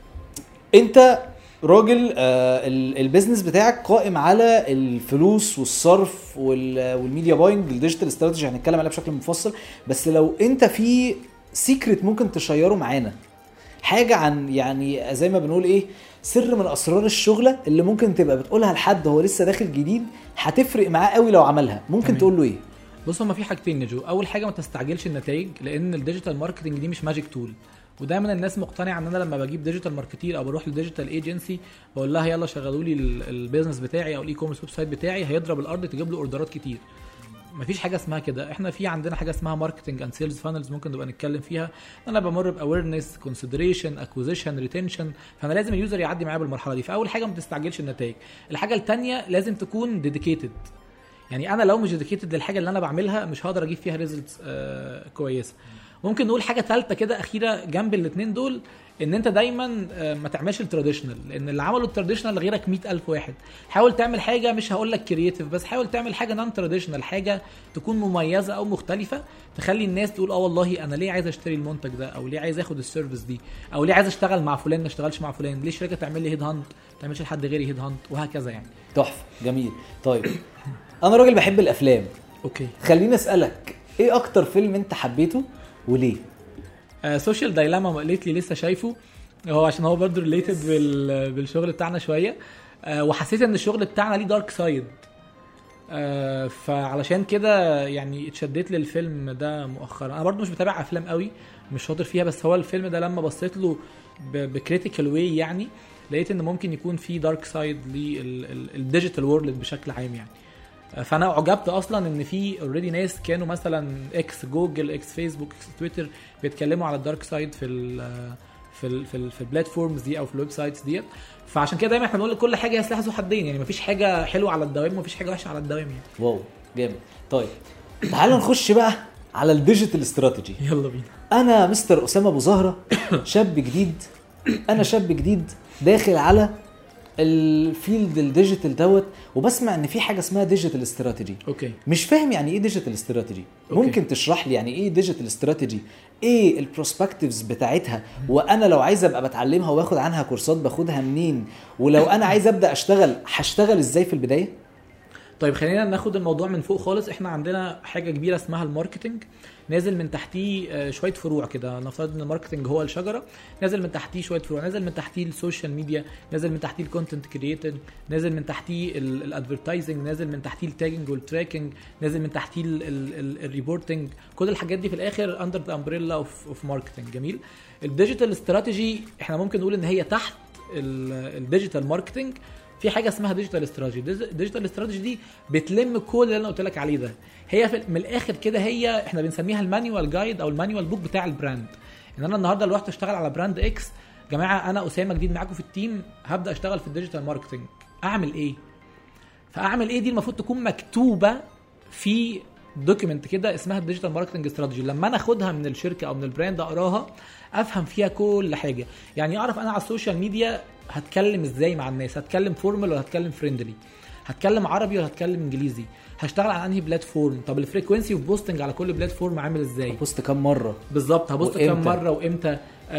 انت راجل آه البيزنس بتاعك قائم على الفلوس والصرف والميديا باينج، الديجيتال استراتيجي هنتكلم عليها بشكل مفصل، بس لو انت في سيكريت ممكن تشيره معانا، حاجه عن يعني زي ما بنقول ايه، سر من اسرار الشغله اللي ممكن تبقى بتقولها لحد هو لسه داخل جديد هتفرق معاه قوي لو عملها، ممكن تقول له ايه؟ بص هما في حاجتين نجو. اول حاجه ما تستعجلش النتائج، لان الديجيتال ماركتنج دي مش ماجيك تول. ودايما الناس مقتنعه ان انا لما بجيب ديجيتال ماركتير او بروح للديجيتال ايجنسي بقول لها يلا شغلوا لي البيزنس بتاعي او الاي كوميرس ويب سايت بتاعي، هيضرب الارض تجيب له اوردرات كتير. مفيش حاجه اسمها كده. احنا في عندنا حاجه اسمها ماركتنج اند سيلز فانلز، ممكن نبقى نتكلم فيها. انا بمر باويرنس، كونسيدريشن، اكوزيشن، ريتنشن. فانا لازم اليوزر يعدي معايا بالمرحله دي. فاول حاجه ما تستعجلش النتائج. الحاجه الثانيه لازم تكون ديديكيتد. يعني انا لو مش ديديكيتد للحاجه اللي انا بعملها مش هقدر اجيب فيها ريزلتس آه كويسه. ممكن نقول حاجه ثالثه كده اخيره جنب الاثنين دول، ان انت دايما ما تعملش التراديشنال، لان اللي عملوا التراديشنال غيرك مئة ألف واحد. حاول تعمل حاجه، مش هقول لك كرييتيف، بس حاول تعمل حاجه نون تراديشنال، حاجه تكون مميزه او مختلفه، تخلي الناس تقول اه والله انا ليه عايز اشتري المنتج ده، او ليه عايز اخد السيرفيس دي، او ليه عايز اشتغل مع فلان ما اشتغلش مع فلان، ليه شركه تعمل لي هيد هانت ما تعملش لحد غيري هيد هانت، وهكذا يعني. تحفه، جميل. طيب انا راجل بحب الافلام. اوكي، خليني اسالك ايه اكتر فيلم انت حبيته وليه؟ سوشيال دايلاما قالت لي لسه شايفه، هو عشان هو برضه ريليتد بال... بالشغل بتاعنا شويه. أه وحسيت ان الشغل بتاعنا ليه دارك سايد. أه فعلشان كده يعني اتشدت للفيلم ده مؤخرا. انا برضه مش بتابع افلام قوي، مش شاطر فيها، بس هو الفيلم ده لما بصيت له بكريتيكال واي يعني لقيت ان ممكن يكون فيه دارك سايد للديجيتال وورلد بشكل عام يعني. فانا اعجبت اصلا ان في اوريدي ناس كانوا مثلا اكس جوجل، اكس فيسبوك، اكس تويتر بيتكلموا على الدارك سايد في ال في ال في, ال في البلاتفورمز دي او في الويب سايتس ديت. فعشان كده دايما احنا بنقول كل حاجه هي سلاح ذو حدين، يعني مفيش حاجه حلوه على الدوام ومفيش حاجه وحشه على الدوام يعني. واو جامد. طيب تعالوا نخش بقى على الديجيتال استراتيجي. يلا بينا. انا مستر اسامه ابو زهره، شاب جديد. انا شاب جديد داخل على الفيلد الديجيتال دوت، وبسمع ان في حاجه اسمها ديجيتال استراتيجي. اوكي، مش فاهم يعني ايه ديجيتال استراتيجي. ممكن تشرح لي يعني ايه ديجيتال استراتيجي؟ ايه البروسبكتيفز بتاعتها؟ وانا لو عايز ابقى بتعلمها واخد عنها كورسات باخدها منين؟ ولو انا عايز ابدا اشتغل هشتغل ازاي في البدايه؟ طيب خلينا ناخد الموضوع من فوق خالص. احنا عندنا حاجه كبيره اسمها الماركتنج، نازل من تحتيه شويه فروع كده. نفترض ان الماركتنج هو الشجره، نازل من تحتيه شويه فروع، نازل من تحتيه السوشيال ميديا، نازل من تحتيه الكونتنت كرييتنج، نازل من تحتيه الادفرتايزنج، نازل من تحتيه التاجنج والتراكنج، نازل من تحتيه الريبورتنج. كل الحاجات دي في الاخر اندر ذا امبريلا اوف اوف ماركتنج. جميل. الديجيتال استراتيجي احنا ممكن نقول ان هي تحت الديجيتال ماركتنج. في حاجه اسمها ديجيتال استراتيجي. ديجيتال استراتيجي دي بتلم كل اللي انا قلت لك عليه ده. هي في من الاخر كده هي احنا بنسميها المانيوال جايد او المانيوال بوك بتاع البراند. ان انا النهارده لو رحت اشتغل على براند اكس، جماعه انا اسامه جديد معاكم في التيم، هبدا اشتغل في الديجيتال ماركتنج، اعمل ايه؟ فاعمل ايه دي المفروض تكون مكتوبه في دوكيمنت كده اسمها الديجيتال ماركتنج استراتيجي. لما انا اخدها من الشركه او من البراند اقراها افهم فيها كل حاجه. يعني اعرف انا على السوشيال ميديا هتكلم ازاي مع الناس، هتكلم فورمال ولا هتكلم فريندلي، هتكلم عربي ولا هتكلم انجليزي، هشتغل على انهي بلاتفورم، طب الفريكوينسي اوف بوستنج على كل بلاتفورم عامل ازاي، بوست كام مره بالظبط، هبوست كام مره وامتى،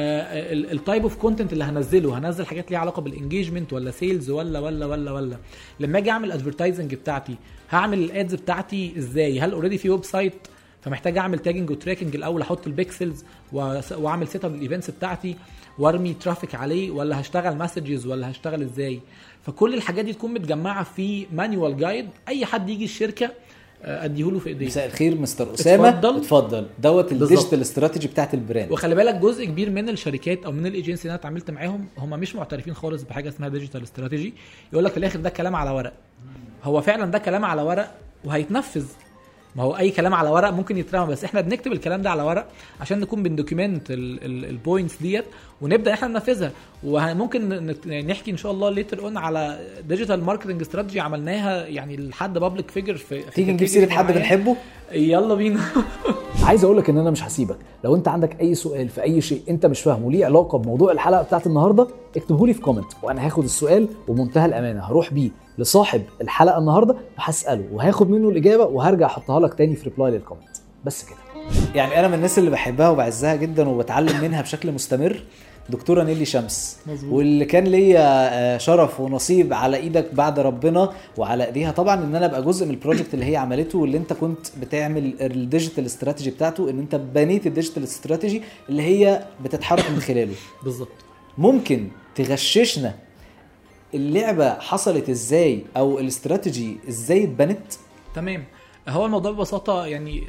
التايب اوف كونتنت اللي هنزله، هنزل حاجات ليها علاقه بالانجيجمنت ولا سيلز ولا ولا ولا ولا لما اجي اعمل ادفرتايزنج بتاعتي هعمل الادز بتاعتي ازاي، هل اوريدي في ويب سايت فمحتاج اعمل تاجنج وتراكنج الاول، احط البيكسلز واعمل سيت اب الايفنتس بتاعتي وارمي ترافيك عليه، ولا هشتغل مسجز ولا هشتغل ازاي. فكل الحاجات دي تكون متجمعه في مانيوال جايد اي حد يجي الشركه اديهوله في ايديه. مساء الخير مستر اسامه، اتفضل اتفضل دوت الديجيتال استراتيجي بتاعت البراند. وخلي بالك جزء كبير من الشركات او من الايجنسي اللي انا اتعاملت معاهم هم مش معترفين خالص بحاجه اسمها ديجيتال استراتيجي. يقول لك في الاخر ده كلام على ورق. هو فعلا ده كلام على ورق وهيتنفذ، ما هو اي كلام على ورق ممكن يترمى، بس احنا بنكتب الكلام ده على ورق عشان نكون بندوكيمنت البوينتس ديت ونبدا احنا ننفذها. وممكن نحكي ان شاء الله ليتر اون على ديجيتال ماركتنج استراتيجي عملناها يعني لحد بابليك فيجر في تيجي نجيب سيره حد بنحبه. يلا بينا. عايز اقول لك ان انا مش هسيبك. لو انت عندك اي سؤال في اي شيء انت مش فاهمه ليه علاقه بموضوع الحلقه بتاعت النهارده، اكتبه لي في كومنت وانا هاخد السؤال وبمنتهى الامانه هروح بيه لصاحب الحلقه النهارده وهساله وهاخد منه الاجابه وهرجع احطها لك تاني في ريبلاي للكومنت. بس كده. يعني انا من الناس اللي بحبها وبعزها جدا وبتعلم منها بشكل مستمر دكتوره نيلي شمس. مزبوط. واللي كان ليا شرف ونصيب على ايدك بعد ربنا وعلى ايديها طبعا ان انا ابقى جزء من البروجكت اللي هي عملته واللي انت كنت بتعمل الديجيتال استراتيجي بتاعته، ان انت بنيت الديجيتال استراتيجي اللي هي بتتحرك من خلاله. بالظبط. ممكن تغششنا اللعبه حصلت ازاي او الاستراتيجي ازاي اتبنت؟ تمام. هو الموضوع ببساطه يعني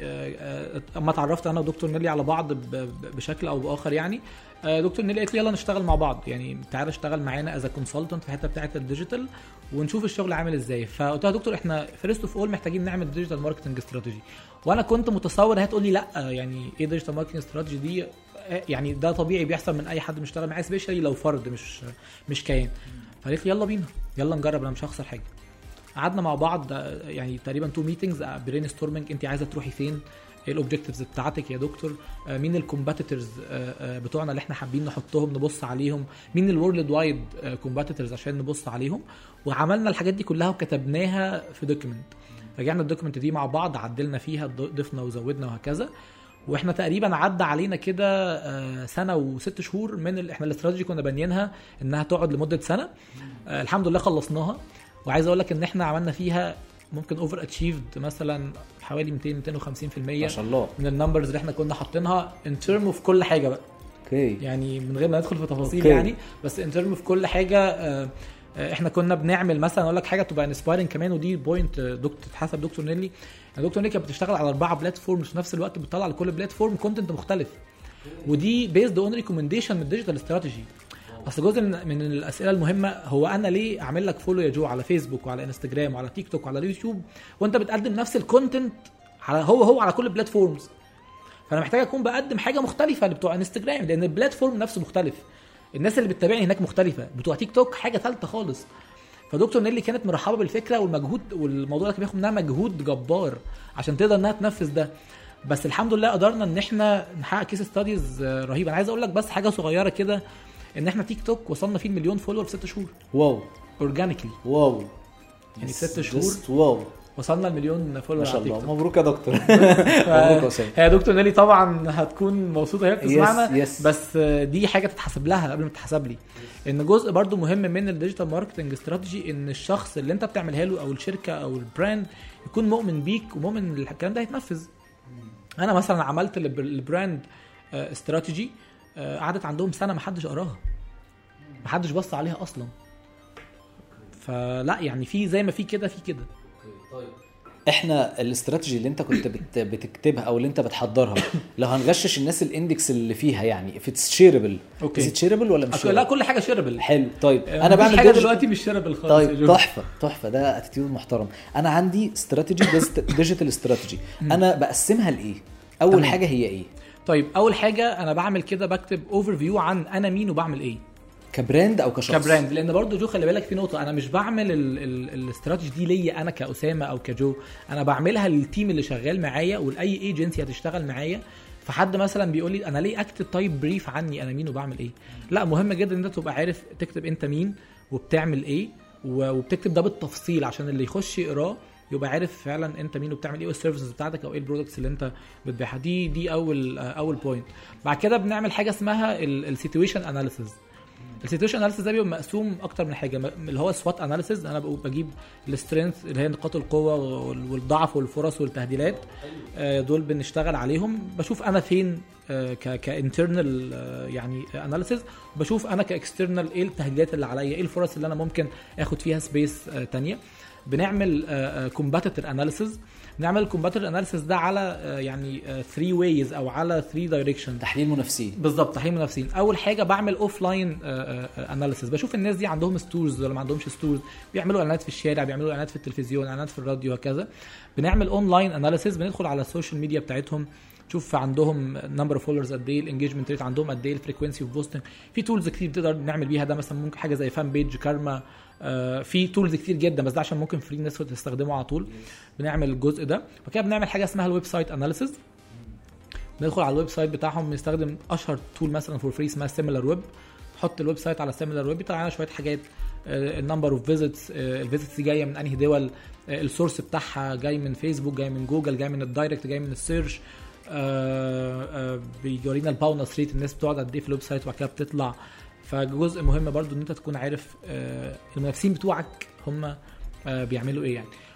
اما اتعرفت انا ودكتور نيلي على بعض بشكل او باخر يعني دكتور نيلي قالت لي يلا نشتغل مع بعض يعني تعالى اشتغل معانا از كونسلتنت في الحته بتاعه الديجيتال ونشوف الشغل عامل ازاي. فقلت لها دكتور احنا فيرست اوف اول محتاجين نعمل ديجيتال ماركتنج استراتيجي وانا كنت متصور هتقول لي لا يعني ايه ديجيتال ماركتنج استراتيجي دي يعني ده طبيعي بيحصل من اي حد بيشتغل معاه سبيشالي لو فرد مش مش كيان. فقالت لي يلا بينا يلا نجرب انا مش هخسر حاجه. قعدنا مع بعض يعني تقريبا تو ميتنجز برين ستورمنج انت عايزه تروحي فين ايه الاوبجكتيفز بتاعتك يا دكتور مين الكومبيتيتورز بتوعنا اللي احنا حابين نحطهم نبص عليهم مين الورلد وايد كومبيتيتورز عشان نبص عليهم وعملنا الحاجات دي كلها وكتبناها في دوكيمنت. رجعنا الدوكيمنت دي مع بعض عدلنا فيها ضفنا وزودنا وهكذا واحنا تقريبا عدى علينا كده سنه وست شهور من ال... احنا الاستراتيجي كنا بانيينها انها تقعد لمده سنه الحمد لله خلصناها. وعايز اقول لك ان احنا عملنا فيها ممكن اوفر اتشيفد مثلا حوالي مئتين مئتين وخمسين بالمية ما شاء الله من النمبرز اللي احنا كنا حاطينها ان تيرم اوف كل حاجه بقى. اوكي يعني من غير ما ندخل في تفاصيل أوكي. يعني بس ان تيرم اوف كل حاجه احنا كنا بنعمل مثلا اقول لك حاجه تبقى انسبايرنج كمان ودي بوينت دكتور حسب دكتور نيلي. يعني دكتور نيلي كانت بتشتغل على اربعه بلاتفورمز في نفس الوقت بتطلع لكل بلاتفورم كونتنت مختلف ودي بيزد اون ريكومنديشن من الديجيتال استراتيجي. اصل جزء من الاسئله المهمه هو انا ليه اعمل لك فولو يا جو على فيسبوك وعلى انستجرام وعلى تيك توك وعلى اليوتيوب وانت بتقدم نفس الكونتنت على هو هو على كل البلاتفورمز. فانا محتاج اكون بقدم حاجه مختلفه لبتوع انستجرام لان البلاتفورم نفسه مختلف الناس اللي بتتابعني هناك مختلفه بتوع تيك توك حاجه ثالثه خالص. فدكتور نيلي كانت مرحبه بالفكره والمجهود والموضوع ده كان بياخد منها مجهود جبار عشان تقدر انها تنفذ ده بس الحمد لله قدرنا ان احنا نحقق كيس ستاديز رهيبه. انا عايز اقول لك بس حاجه صغيره كده ان احنا تيك توك وصلنا فيه المليون فولور في ست شهور. واو اورجانيكلي واو يعني ست شهور واو وصلنا المليون فولور ما شاء على تيك الله. توك. مبروك يا دكتور. مبروك يا اسامه. هي دكتور نيلي طبعا هتكون مبسوطه هي بتسمعنا yes, yes. بس دي حاجه تتحسب لها قبل ما تتحسب لي ان جزء برضو مهم من الديجيتال ماركتنج استراتيجي ان الشخص اللي انت بتعملها له او الشركه او البراند يكون مؤمن بيك ومؤمن ان الكلام ده هيتنفذ. انا مثلا عملت البراند استراتيجي قعدت عندهم سنه ما حدش قراها ما حدش بص عليها اصلا. فلا يعني في زي ما في كده في كده. طيب احنا الاستراتيجي اللي انت كنت بت بتكتبها او اللي انت بتحضرها لو هنغشش الناس الاندكس اللي فيها يعني if it's shareable اوكي is it shareable ولا مش shareable؟ لا كل حاجه شيربل. حلو. طيب انا بعمل حاجه دلوقتي مش شيربل خالص. طيب تحفه تحفه ده اتيتيود محترم. انا عندي استراتيجي ديجيتال استراتيجي انا بقسمها لايه؟ اول تمام. حاجه هي ايه؟ طيب اول حاجه انا بعمل كده بكتب اوفر فيو عن انا مين وبعمل ايه كبراند او كشخص. كبراند لان برضو جو خلي بالك في نقطه انا مش بعمل الاستراتيجي دي ليا انا كأسامه او كجو انا بعملها للتيم اللي شغال معايا ولاي ايجنسي هتشتغل معايا. فحد مثلا بيقول لي انا ليه اكتب طيب بريف عني انا مين وبعمل ايه. لا مهم جدا ان انت تبقى عارف تكتب انت مين وبتعمل ايه وبتكتب ده بالتفصيل عشان اللي يخش يقراه يبقى عارف فعلا انت مين وبتعمل ايه والسيرفيسز بتاعتك او ايه البرودكتس اللي انت بتبيعها. دي دي اول اول بوينت. بعد كده بنعمل حاجه اسمها السيتويشن اناليسيز. السيتويشن اناليسيس ده بيبقى مقسوم اكتر من حاجه اللي هو سوات اناليسيس. انا بجيب السترينث اللي هي نقاط القوه والضعف والفرص والتهديدات دول بنشتغل عليهم. بشوف انا فين كانترنال يعني اناليسيس وبشوف انا كاكسترنال ايه التهديدات اللي عليا ايه الفرص اللي انا ممكن اخد فيها سبيس تانية. بنعمل كومباتيتور اناليسيس. نعمل كومباتيتور اناليسيس ده على يعني ثري ويز او على ثري دايركشن تحليل منافسين. بالظبط تحليل منافسين. اول حاجه بعمل اوف لاين اناليسيس بشوف الناس دي عندهم ستورز ولا ما عندهمش ستورز بيعملوا اعلانات في الشارع بيعملوا اعلانات في التلفزيون اعلانات في الراديو وكذا. بنعمل اون لاين اناليسيس بندخل على السوشيال ميديا بتاعتهم شوف عندهم نمبر اوف فولورز قد ايه الانجيجمنت ريت عندهم قد ايه الفريكوينسي اوف بوستنج. في تولز كتير بتقدر نعمل بيها ده مثلا ممكن حاجه زي فان بيج كارما آه في تولز كتير جدا بس ده عشان ممكن فري الناس تستخدمه على طول. بنعمل الجزء ده وكده بنعمل حاجه اسمها الويب سايت اناليسيس. ندخل على الويب سايت بتاعهم بنستخدم اشهر تول مثلا فور فري اسمها سيميلر ويب. نحط الويب سايت على سيميلر ويب بيطلع لنا شويه حاجات النمبر اوف فيزيتس الفيزيتس جايه من انهي دول السورس بتاعها جاي من فيسبوك جاي من جوجل جاي من الدايركت جاي من السيرش بيورينا الباونس ريت الناس بتقعد قد ايه في الويب سايت وبعد كده بتطلع. فجزء مهم برضو ان انت تكون عارف المنافسين بتوعك هم بيعملوا ايه يعني.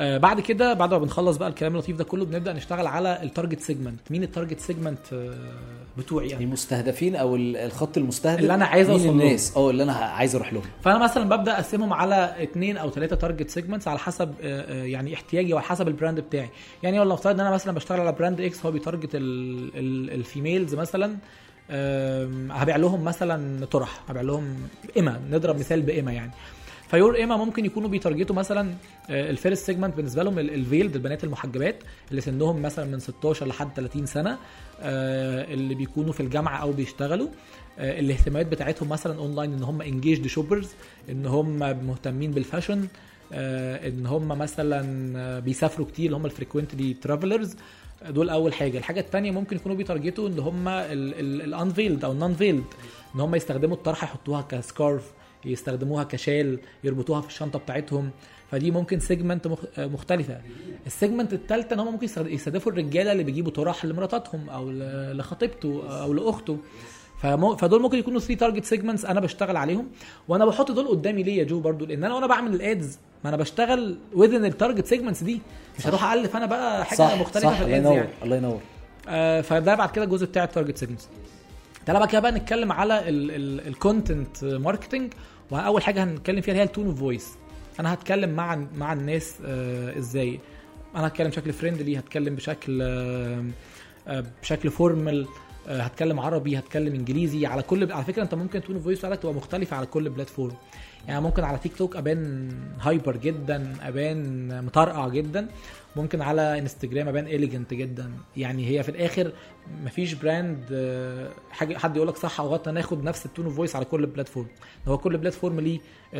آه بعد كده بعد ما بنخلص بقى الكلام اللطيف ده كله بنبدا نشتغل على التارجت سيجمنت. مين التارجت سيجمنت آه بتوعي يعني؟ المستهدفين او الخط المستهدف اللي انا عايز اوصل لهم، الناس اه اللي انا عايز اروح لهم. فانا مثلا ببدا اقسمهم على اتنين او ثلاثه تارجت سيجمنتس على حسب آه يعني احتياجي وعلى حسب البراند بتاعي. يعني والله افترض ان انا مثلا بشتغل على براند اكس هو بيتارجت الفيميلز مثلا، هبيع لهم مثلا طرح، هبيع لهم اما نضرب مثال باما يعني. فيور اما ممكن يكونوا بيتارجتوا مثلا الفيرست سيجمنت بالنسبه لهم الفيلد، البنات المحجبات اللي سنهم مثلا من ستاشر لحد ثلاثين سنه، اللي بيكونوا في الجامعه او بيشتغلوا، الاهتمامات بتاعتهم مثلا اونلاين ان هم انجيجد شوبرز، ان هم مهتمين بالفاشن، ان هم مثلا بيسافروا كتير اللي هم الفريكوينتلي ترافلرز. دول اول حاجه. الحاجه الثانيه ممكن يكونوا بيتارجتوا ان هم الانفيلد او النون فيلد، ان هم يستخدموا الطرحه يحطوها كسكارف، يستخدموها كشال، يربطوها في الشنطه بتاعتهم. فدي ممكن سيجمنت مختلفه. السيجمنت الثالثه ان هم ممكن يستهدفوا الرجاله اللي بيجيبوا طرح لمراتاتهم او لخطيبته او لاخته. فدول ممكن يكونوا ثلاثة تارجت سيجمنتس انا بشتغل عليهم. وانا بحط دول قدامي ليه يا جو برضو؟ لان انا وانا بعمل الادز ما انا بشتغل وذن التارجت سيجمنتس دي، مش هروح الف انا بقى حاجه صح مختلفه صح. في الادز الله يعني. الله ينور. آه فده بعد كده الجزء بتاع التارجت سيجمنتس. تعالى بقى كده بقى نتكلم على الكونتنت ماركتنج. واول حاجه هنتكلم فيها هي التون اوف فويس. انا هتكلم مع مع الناس آه ازاي؟ انا هتكلم بشكل فريندلي، هتكلم بشكل آه آه بشكل فورمال، آه هتكلم عربي، هتكلم انجليزي. على كل على فكره انت ممكن تون اوف فويس بتاعتك تبقى مختلفه على كل بلاتفورم. يعني ممكن على تيك توك ابان هايبر جدا، ابان مطرقع جدا، ممكن على انستجرام ابان اليجنت جدا. يعني هي في الاخر مفيش براند حاجه حد يقول لك صح او غلط، ناخد نفس التون اوف فويس على كل بلاتفورم. هو كل بلاتفورم ليه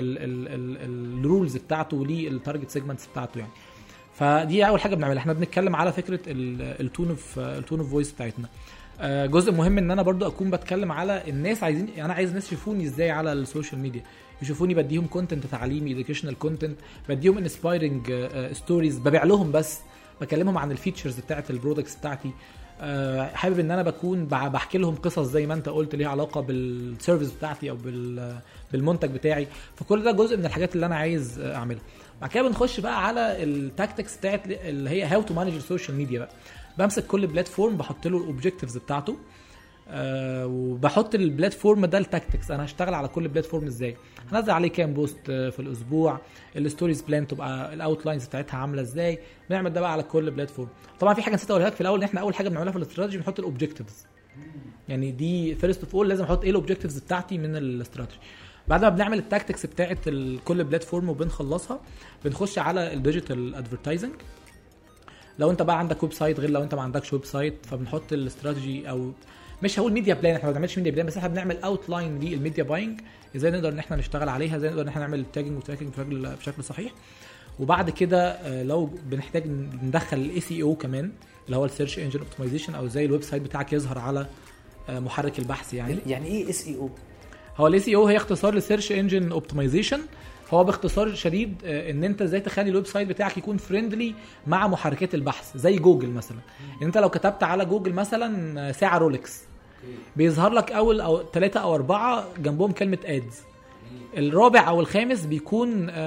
الرولز بتاعته وليه التارجت سيجمنتس بتاعته يعني. فدي اول حاجه بنعملها. احنا بنتكلم على فكره التون اوف التون اوف فويس بتاعتنا. جزء مهم ان انا برضو اكون بتكلم على الناس عايزين، انا عايز الناس يشوفوني ازاي على السوشيال ميديا، يشوفوني بديهم كونتنت تعليمي educational كونتنت، بديهم انسبايرنج ستوريز، ببيع لهم بس، بكلمهم عن الفيتشرز بتاعه البرودكتس بتاعتي. حابب ان انا بكون بحكي لهم قصص زي ما انت قلت ليها علاقه بالسيرفيس بتاعتي او بالمنتج بتاعي. فكل ده جزء من الحاجات اللي انا عايز اعملها. بعد كده بنخش بقى على التاكتكس بتاعت اللي هي هاو تو مانج السوشيال ميديا بقى. بمسك كل بلاتفورم بحط له الاوبجكتيفز بتاعته، أه وبحط البلاتفورم ده التاكتكس. انا هشتغل على كل بلاتفورم ازاي، هنزل عليه كام بوست في الاسبوع، الستوريز بلان تبقى الاوتلاينز بتاعتها عامله ازاي. بنعمل ده بقى على كل بلاتفورم. طبعا في حاجه نسيت اقولها لك في الاول، ان احنا اول حاجه بنعملها في الاستراتيجي بنحط الاوبجكتيفز. يعني دي فيرست اوف اول لازم احط ايه الاوبجكتيفز بتاعتي من الاستراتيجي. بعد ما بنعمل التاكتكس بتاعه كل بلاتفورم وبنخلصها بنخش على الديجيتال ادفرتايزنج. لو انت بقى عندك ويب سايت غير لو انت ما عندكش ويب سايت، فبنحط الاستراتيجي او مش هقول ميديا بلان، احنا ما بنعملش ميديا بلان، بس احنا بنعمل اوتلاين للميديا باينج، ازاي نقدر ان احنا نشتغل عليها، ازاي نقدر ان احنا نعمل تاجنج وتراكنج بشكل بشكل صحيح. وبعد كده لو بنحتاج ندخل الاي سي او كمان اللي هو السيرش انجن اوبتمايزيشن، او ازاي الويب سايت بتاعك يظهر على محرك البحث. يعني يعني ايه اس اي او؟ هو الاي سي او هي اختصار للسيرش انجن اوبتمايزيشن. هو باختصار شديد ان انت ازاي تخلي الويب سايت بتاعك يكون فريندلي مع محركات البحث زي جوجل مثلا. ان انت لو كتبت على جوجل مثلا ساعه رولكس بيظهر لك اول او ثلاثة او أربعة جنبهم كلمه ادز، الرابع او الخامس بيكون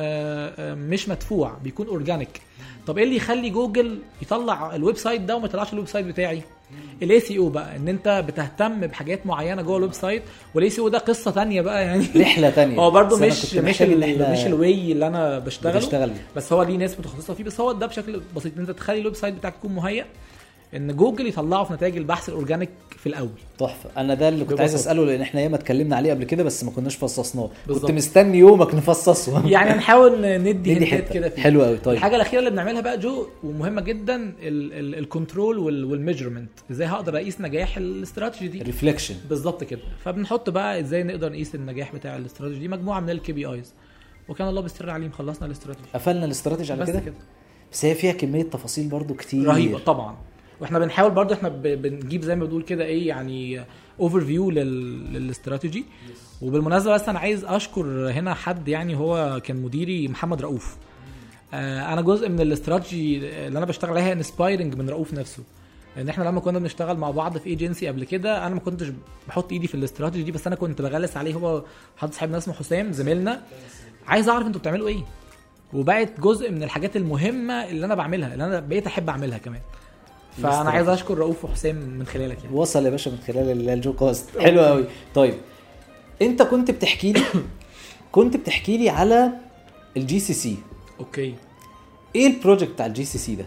مش مدفوع، بيكون اورجانيك. طب ايه اللي يخلي جوجل يطلع الويب سايت ده وما يطلعش الويب سايت بتاعي؟ الاي سي او بقى، ان انت بتهتم بحاجات معينه جوه الويب سايت. والاي سي او ده قصه تانية بقى يعني، رحله تانية. هو برضو مش مش مش الواي اللي انا بشتغله بشتغل. بس هو ليه ناس متخصصه فيه. بس هو ده بشكل بسيط، ان انت تخلي الويب سايت بتاعك يكون مهيئ ان جوجل يطلعه في نتائج البحث الاورجانيك في الاول. تحفه. انا ده اللي كنت عايز اساله، لان احنا ياما اتكلمنا عليه قبل كده بس ما كناش فصصناه. كنت مستني يومك نفصصه يعني نحاول ندي هنتات كده فيه. حلو قوي. طيب الحاجه الاخيره اللي بنعملها بقى جو ومهمه جدا، الكنترول والميجرمنت. ازاي هقدر اقيس نجاح الاستراتيجي دي؟ الريفليكشن بالظبط كده. فبنحط بقى ازاي نقدر نقيس النجاح بتاع الاستراتيجي دي، مجموعه من الكي بي ايز. وكان الله بيستر عليهم، خلصنا الاستراتيجي، قفلنا الاستراتيجي على كده. بس هي فيها كميه تفاصيل برضو كتير رهيبه طبعا. واحنا بنحاول برضو احنا بنجيب زي ما بنقول كده ايه يعني اوفر فيو للاستراتيجي. وبالمناسبه بس انا عايز اشكر هنا حد يعني هو كان مديري، محمد رؤوف. آه انا جزء من الاستراتيجي اللي انا بشتغل عليها انسبايرنج من رؤوف نفسه. لان احنا لما كنا بنشتغل مع بعض في ايجنسي قبل كده انا ما كنتش بحط ايدي في الاستراتيجي دي، بس انا كنت بغلس عليه. هو حد صاحبنا اسمه حسام زميلنا، عايز اعرف انتوا بتعملوا ايه، وبقت جزء من الحاجات المهمه اللي انا بعملها اللي انا بقيت احب اعملها كمان. فانا عايز اشكر رؤوف وحسام من خلالك يعني. وصل يا باشا من خلال الجو كاست. حلو قوي. طيب انت كنت بتحكي لي كنت بتحكي لي على الجي سي سي. اوكي ايه البروجكت بتاع الجي سي سي ده؟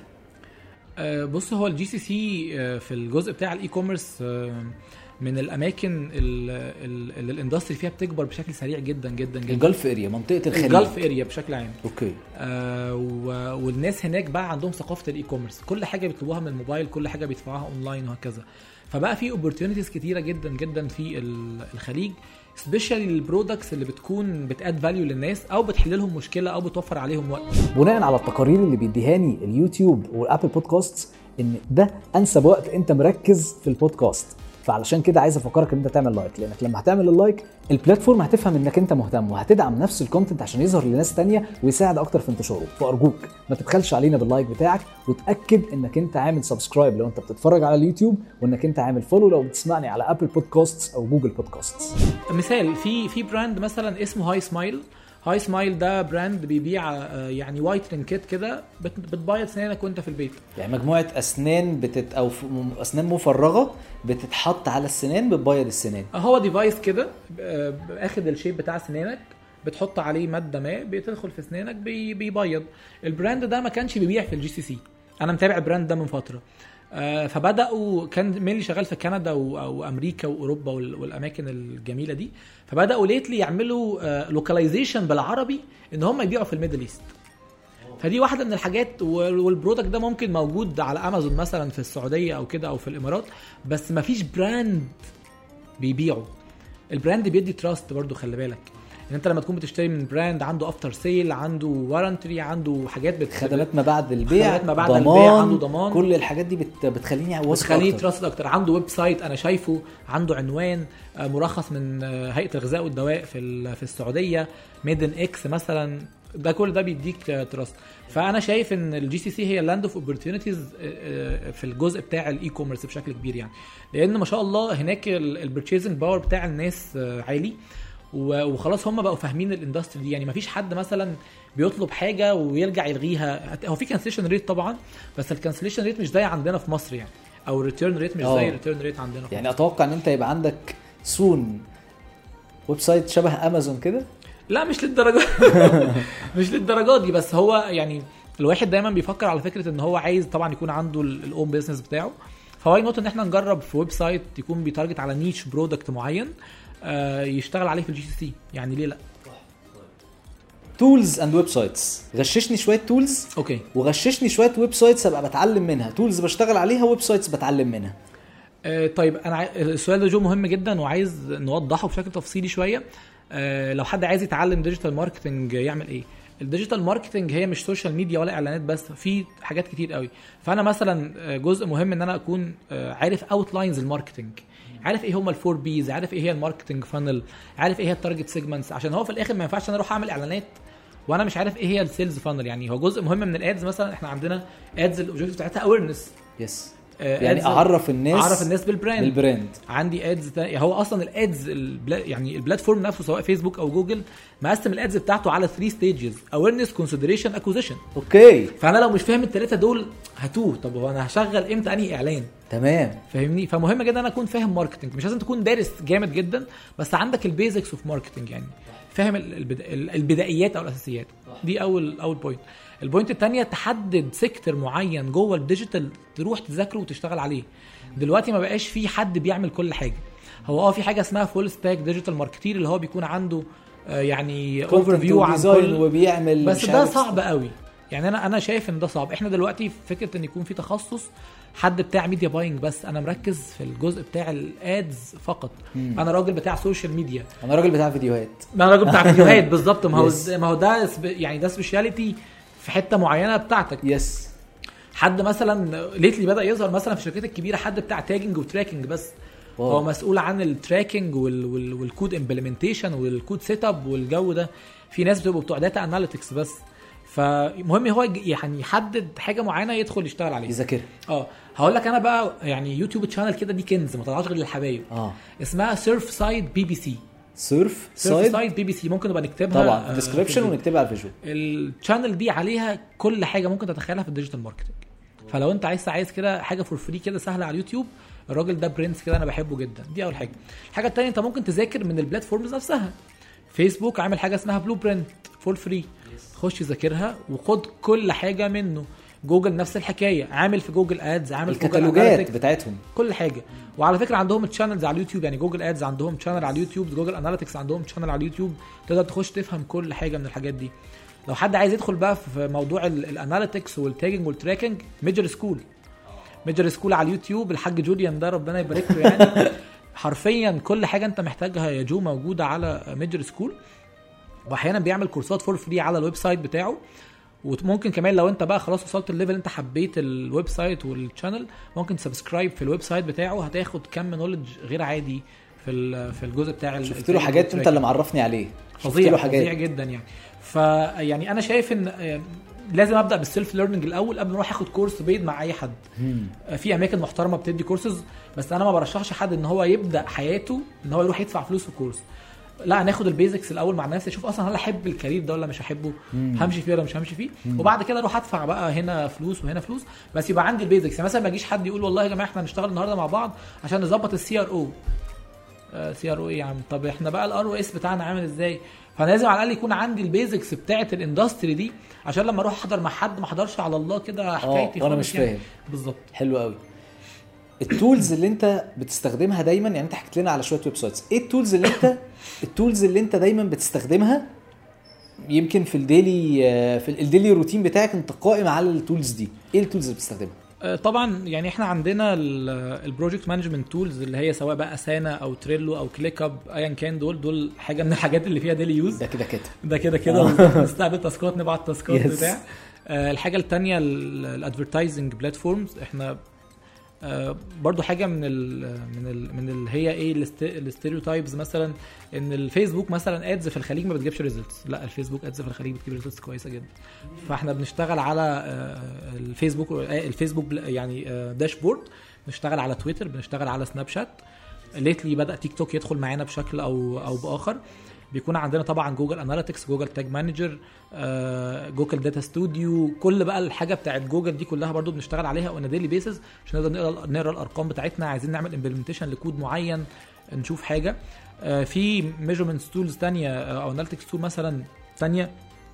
أه بص هو الجي سي سي في الجزء بتاع الاي كوميرس أه من الاماكن اللي الاندستري فيها بتكبر بشكل سريع جدا جدا جدا. الجلف اريا، منطقه الخليج، الجلف اريا بشكل عام. اوكي. آه والناس هناك بقى عندهم ثقافه الاي كوميرس، كل حاجه بيطلبوها من الموبايل، كل حاجه بيدفعوها اونلاين وهكذا. فبقى في اوبورتيونيتيز كتيره جدا جدا في الخليج، سبيشالي البرودكتس اللي بتكون بتاد فاليو للناس او بتحل لهم مشكله او بتوفر عليهم وقت. بناء على التقارير اللي بيديهاني اليوتيوب والابل بودكاست ان ده انسب وقت انت مركز في البودكاست، فعلشان كده عايز افكرك ان انت تعمل لايك، لانك لما هتعمل اللايك البلاتفورم هتفهم انك انت مهتم وهتدعم نفس الكونتنت عشان يظهر لناس تانية ويساعد اكتر في انتشاره. فارجوك ما تبخلش علينا باللايك بتاعك، وتاكد انك انت عامل سبسكرايب لو انت بتتفرج على اليوتيوب، وانك انت عامل فولو لو بتسمعني على ابل بودكاست او جوجل بودكاست. مثال في في براند مثلا اسمه هاي سمايل. هاي سمايل ده براند بيبيع يعني وايتنينج كيت كده، بتبيض سنانك وانت في البيت، يعني مجموعه اسنان بتت او اسنان مفرغه بتتحط على السنان بتبيض السنان. هو ديفايس كده اخد الشيب بتاع سنانك، بتحط عليه ماده ما بتدخل في سنانك بيبيض. البراند ده ما كانش بيبيع في الجي سي سي، انا متابع البراند ده من فتره. آه فبداوا كان مينلي شغال في كندا او امريكا واوروبا والاماكن الجميله دي، فبداوا ليتلي يعملوا آه لوكاليزيشن بالعربي ان هم يبيعوا في الميدل ايست. فدي واحده من الحاجات، والبرودكت ده ممكن موجود على امازون مثلا في السعوديه او كده او في الامارات، بس ما فيش براند بيبيعه. البراند بيدي تراست برضو، خلي بالك ان انت لما تكون بتشتري من براند عنده افتر سيل، عنده وارنتري، عنده حاجات بت... خدمات ما بعد البيع، خدمات ما بعد البيع، عنده ضمان، كل الحاجات دي بت... بتخليني واثق بتخليه تراست اكتر. عنده ويب سايت انا شايفه، عنده عنوان مرخص من هيئه الغذاء والدواء في في السعوديه، ميدن اكس مثلا، ده كل ده بيديك تراست. فانا شايف ان الجي سي سي هي لاند اوف اوبورتيونيتيز في الجزء بتاع الاي كوميرس بشكل كبير يعني، لان ما شاء الله هناك البرتشيزنج باور بتاع الناس عالي، وخلاص هم بقوا فاهمين الاندستري دي. يعني ما فيش حد مثلا بيطلب حاجه ويرجع يلغيها. هو في كانسليشن ريت طبعا، بس الكانسليشن ريت مش زي عندنا في مصر يعني، او الريتيرن ريت مش أوه. زي الريتيرن ريت عندنا. يعني اتوقع ان انت يبقى عندك سون ويب سايت شبه امازون كده. لا مش للدرجه مش للدرجات دي، بس هو يعني الواحد دايما بيفكر على فكره ان هو عايز طبعا يكون عنده الاون بيزنس بتاعه. فهو نوت ان احنا نجرب في ويب سايت يكون بيتارجت على نيش برودكت معين آه يشتغل عليه في الجي سي سي، يعني ليه لا. تولز اند ويب سايتس، غششني شويه تولز اوكي، وغششني شويه ويب سايتس ابقى بتعلم منها. تولز بشتغل عليها، ويب سايتس بتعلم منها. آه طيب انا ع... السؤال ده جو مهم جدا وعايز نوضحه بشكل تفصيلي شويه. آه لو حد عايز يتعلم ديجيتال ماركتنج يعمل ايه؟ الديجيتال ماركتنج هي مش سوشيال ميديا ولا اعلانات بس، في حاجات كتير قوي. فانا مثلا جزء مهم ان انا اكون عارف اوتلاينز الماركتنج، عارف ايه هم الفور بيز، عارف ايه هي الماركتنج فانل، عارف ايه هي التارجت سيجمنتس، عشان هو في الاخر ما ينفعش انا اروح اعمل اعلانات وانا مش عارف ايه هي السيلز فانل. يعني هو جزء مهم من الادز. مثلا احنا عندنا ادز الاوبجكتيف بتاعتها اويرنس، يس يعني اعرف الناس اعرف الناس بالبراند بالبراند. عندي ادز، هو اصلا الادز البلا... يعني البلاتفورم نفسه سواء فيسبوك او جوجل مقسم الادز بتاعته على ثلاثة ستيجز: اويرنس، كونسيدريشن، اكوزيشن. اوكي، فانا لو مش فاهم الثلاثه دول هتوه. طب هو انا هشغل امتى انهي اعلان؟ تمام، فاهمني؟ فمهم جدا انا اكون فاهم ماركتنج. مش لازم تكون دارس جامد جدا، بس عندك البيزكس اوف ماركتنج، يعني فاهم البدا... البدائيات او الاساسيات. دي اول اول بوينت. البوينت الثانيه تحدد سيكتور معين جوه الديجيتال تروح تذاكره وتشتغل عليه. دلوقتي ما بقاش في حد بيعمل كل حاجه. هو اه في حاجه اسمها فول ستاك ديجيتال ماركتير اللي هو بيكون عنده آه يعني اوفر فيو عن كل، وبيعمل، بس ده صعب قوي. يعني انا انا شايف ان ده صعب. احنا دلوقتي فكره ان يكون في تخصص حد بتاع ميديا باينج، بس انا مركز في الجزء بتاع الادز فقط. مم. انا راجل بتاع سوشيال ميديا، انا راجل بتاع فيديوهات، انا راجل بتاع فيديوهات بالظبط. ما هو ما هو ده يعني ده سبيشاليتي في حته معينه بتاعتك. يس. حد مثلا ليتلي بدا يظهر مثلا في الشركات الكبيره حد بتاع تاجنج وتراكنج بس. واو. هو مسؤول عن التراكنج وال وال والكود امبلمنتيشن والكود سيت اب والجو ده. في ناس بتبقوا بتوع داتا اناليتكس بس. فمهم هو يعني يحدد حاجه معينه يدخل يشتغل عليها، يذاكرها. اه هقول لك انا بقى يعني يوتيوب تشانل كده دي كنز ما طلعش غير للحبايب. اه اسمها سيرف سايد بي بي سي. سيرف سايد سايد بي بي سي ممكن نبقى نكتبها طبعا ديسكريبشن ونكتبها على الفيجوال. الشانل دي عليها كل حاجه ممكن تتخيلها في الديجيتال ماركتنج. فلو انت عايز عايز كده حاجه فور فري كده سهله على اليوتيوب، الراجل ده برنس كده انا بحبه جدا. دي اول حاجه. الحاجه الثانيه انت ممكن تذاكر من البلاتفورمز نفسها. فيسبوك عامل حاجه اسمها بلو برنت فور فري، خش ذاكرها وخد كل حاجه منه. جوجل نفس الحكايه، عامل في جوجل ادز، عامل في الكتالوجات بتاعتهم كل حاجه. وعلى فكره عندهم تشانلز على اليوتيوب، يعني جوجل ادز عندهم تشانل على اليوتيوب، جوجل اناليتكس عندهم تشانل على اليوتيوب، تقدر تخش تفهم كل حاجه من الحاجات دي. لو حد عايز يدخل بقى في موضوع الاناليتكس والتاجنج والتراكنج، ميجر سكول ميجر سكول على اليوتيوب، الحاج جوليان ده ربنا يبارك له يعني حرفيا كل حاجه انت محتاجها يا جو موجوده على ميجر سكول. واحيانا بيعمل كورسات فور فري على الويب سايت بتاعه. وممكن كمان لو انت بقى خلاص وصلت الليفل انت حبيت الويب سايت والشانل، ممكن سبسكرايب في الويب سايت بتاعه، هتاخد كم نولج غير عادي في في الجزء بتاع. شفت له حاجات انت اللي معرفني عليه، فظيع فظيع جدا يعني. فيعني انا شايف ان لازم ابدا بالسيلف ليرنينج الاول قبل ما اروح اخد كورس بيد مع اي حد. في اماكن محترمه بتدي كورسز، بس انا ما برشحش حد ان هو يبدا حياته ان هو يروح يدفع فلوس في كورس. لا، ناخد البيزكس الاول مع نفسي، اشوف اصلا هل احب الكارير ده ولا مش هحبه، همشي فيه ولا مش همشي فيه، وبعد كده اروح ادفع بقى هنا فلوس وهنا فلوس، بس يبقى عندي البيزكس. يعني مثلا ما يجيش حد يقول والله يا جماعه احنا هنشتغل النهارده مع بعض عشان نظبط السي ار او. سي ار او ايه يا عم؟ طب احنا بقى الار او اس بتاعنا عامل ازاي؟ فانا لازم على الاقل يكون عندي البيزكس بتاعه الاندستري دي، عشان لما اروح احضر مع حد ما احضرش على الله كده حكايتي وانا مش فاهم. بالظبط. حلو قوي. التولز اللي انت بتستخدمها دايما، يعني انت حكيت لنا على شويه ويب سايتس، ايه التولز اللي انت التولز اللي انت دايما بتستخدمها يمكن في الديلي في الديلي روتين بتاعك انت قائم على التولز دي؟ ايه التولز اللي بتستخدمها؟ طبعا يعني احنا عندنا البروجكت مانجمنت تولز اللي هي سواء بقى اسانا او تريلو او كليك اب ايا كان، دول دول حاجه من الحاجات اللي فيها ديلي يوز. ده كده كده ده كده كده نستقبل تاسكات، نبعت تاسكات بتاع. الحاجه الثانيه الادفرتايزنج بلاتفورمز، احنا آه برضو حاجه من ال من ال من اللي هي ايه الستيريوتايبز، مثلا ان الفيسبوك مثلا ادز في الخليج ما بتجيبش ريزلتس، لا الفيسبوك ادز في الخليج بتجيب ريزلتس كويسه جدا. فاحنا بنشتغل على آه الفيسبوك الفيسبوك يعني آه داشبورد، بنشتغل على تويتر، بنشتغل على سناب شات. ليتلي بدا تيك توك يدخل معانا بشكل او او باخر. بيكون عندنا طبعا جوجل اناليتكس، جوجل تاج مانجر، جوجل داتا ستوديو، كل بقى الحاجه بتاعت جوجل دي كلها برضو بنشتغل عليها اون ديلي بيسز عشان نقدر نقرا نقرا الارقام بتاعتنا. عايزين نعمل امبلمنتيشن لكود معين، نشوف حاجه. في ميجرمنت تولز ثانيه او اناليتكس تول مثلا ثانيه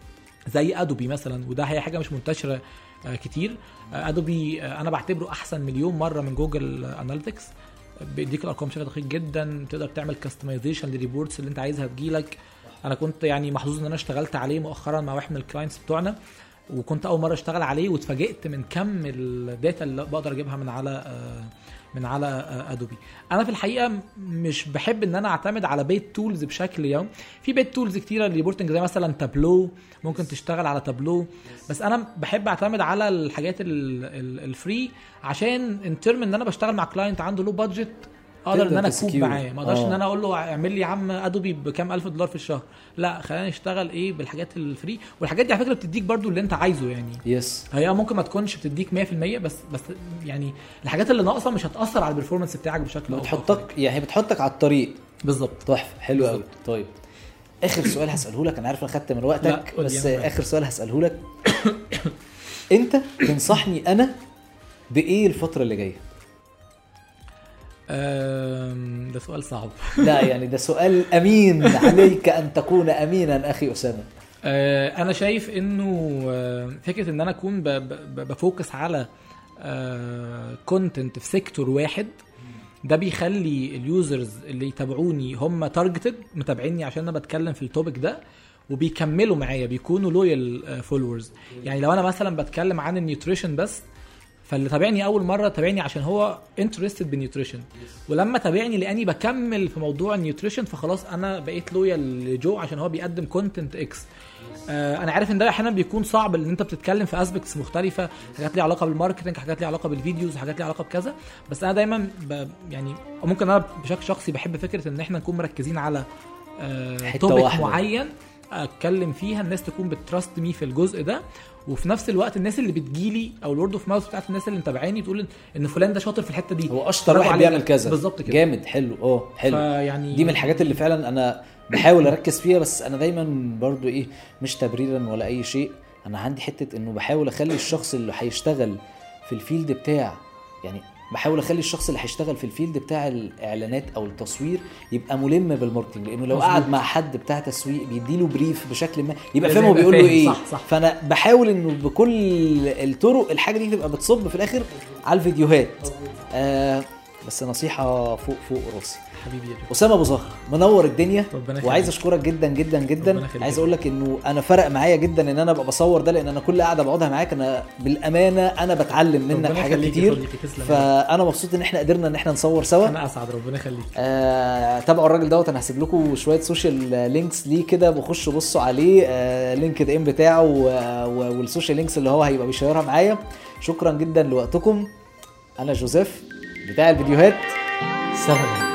زي ادوبي مثلا، وده هي حاجه مش منتشره كتير. ادوبي انا بعتبره احسن مليون مره من جوجل اناليتكس، بيديك الارقام بشكل دقيق جدا، تقدر تعمل كاستمايزيشن للريبورتس اللي انت عايزها تجيلك. انا كنت يعني محظوظ ان انا اشتغلت عليه مؤخرا مع واحد من الكلاينتس بتوعنا، وكنت اول مره اشتغل عليه واتفاجئت من كم الداتا اللي بقدر اجيبها من على من على ادوبي. انا في الحقيقه مش بحب ان انا اعتمد على بيت تولز بشكل يوم. في بيت تولز كتيره للريبورتنج زي مثلا تابلو، ممكن تشتغل على تابلو، بس انا بحب اعتمد على الحاجات الفري عشان انترم ان انا بشتغل مع كلاينت عنده لو بادجت، اقدر ان انا اكوب معاه. ما اقدرش ان انا اقول له اعمل لي يا عم ادوبي بكام الف دولار في الشهر، لا خلينا نشتغل ايه بالحاجات الفري. والحاجات دي على فكره بتديك برضو اللي انت عايزه يعني. يس هي ممكن ما تكونش بتديك مية في المية، بس بس يعني الحاجات اللي ناقصه مش هتاثر على البرفورمانس بتاعك بشكل بتحطك يعني بتحطك على الطريق بالظبط. تحفه، حلو قوي. طيب اخر سؤال هساله لك، انا عارف انا خدت من وقتك بس اخر سؤال هساله لك انت تنصحني انا بايه الفتره اللي جايه؟ ده سؤال صعب. لا يعني ده سؤال امين، عليك ان تكون امينا اخي اسامه. انا شايف انه فكره ان انا اكون بفوكس على كونتنت في سيكتور واحد، ده بيخلي اليوزرز اللي يتابعوني هم تارجتد متابعيني عشان انا بتكلم في التوبيك ده، وبيكملوا معايا، بيكونوا لويال فولورز. يعني لو انا مثلا بتكلم عن النيوتريشن بس، فاللي تابعني اول مره تابعني عشان هو انترستد بالنيوتريشن، ولما تابعني لاني بكمل في موضوع النيوتريشن فخلاص انا بقيت لويال لجو عشان هو بيقدم كونتنت اكس. آه انا عارف ان ده احيانا بيكون صعب ان انت بتتكلم في اسبكتس مختلفه، حاجات ليها علاقه بالماركتنج، حاجات ليها علاقه بالفيديوز، حاجات ليها علاقه بكذا. بس انا دايما يعني ممكن انا بشكل شخصي بحب فكره ان احنا نكون مركزين على آه توبيك معين اتكلم فيها الناس تكون بتراست مي في الجزء ده، وفي نفس الوقت الناس اللي بتجيلي او الورد اوف ماوث بتاعت الناس اللي متابعاني تقول ان فلان ده شاطر في الحته دي، هو اشطر واحد بيعمل كذا بالظبط كده. جامد، حلو اه حلو. يعني دي من الحاجات اللي فعلا انا بحاول اركز فيها، بس انا دايما برضو ايه مش تبريرا ولا اي شيء، انا عندي حته انه بحاول اخلي الشخص اللي هيشتغل في الفيلد بتاع يعني بحاول اخلي الشخص اللي هيشتغل في الفيلد بتاع الاعلانات او التصوير يبقى ملم بالماركتنج، لانه لو قعد مع حد بتاع تسويق بيديله بريف بشكل ما يبقى فاهم هو بيقول له ايه. صح صح. فانا بحاول انه بكل الطرق الحاجه دي تبقى بتصب في الاخر على الفيديوهات. آه بس نصيحه فوق فوق راسي حبيبي يا اسامه ابو زهره، منور الدنيا، وعايز خليك. اشكرك جدا جدا جدا. عايز اقول لك انه انا فرق معايا جدا ان انا ابقى بصور ده، لان انا كل قاعده بقعدها معاك انا بالامانه انا بتعلم منك حاجات كتير، فانا مبسوط ان احنا قدرنا ان احنا نصور سوا. انا اسعد، ربنا يخليك. آه تابعوا الراجل دوت، انا هسيب لكم شويه سوشيال لينكس ليه كده، بخشوا بصوا عليه، آه لينكد ان بتاعه والسوشيال لينكس اللي هو هيبقى بيشيرها معايا. شكرا جدا لوقتكم. انا جوزيف بتاع الفيديوهات. سلام.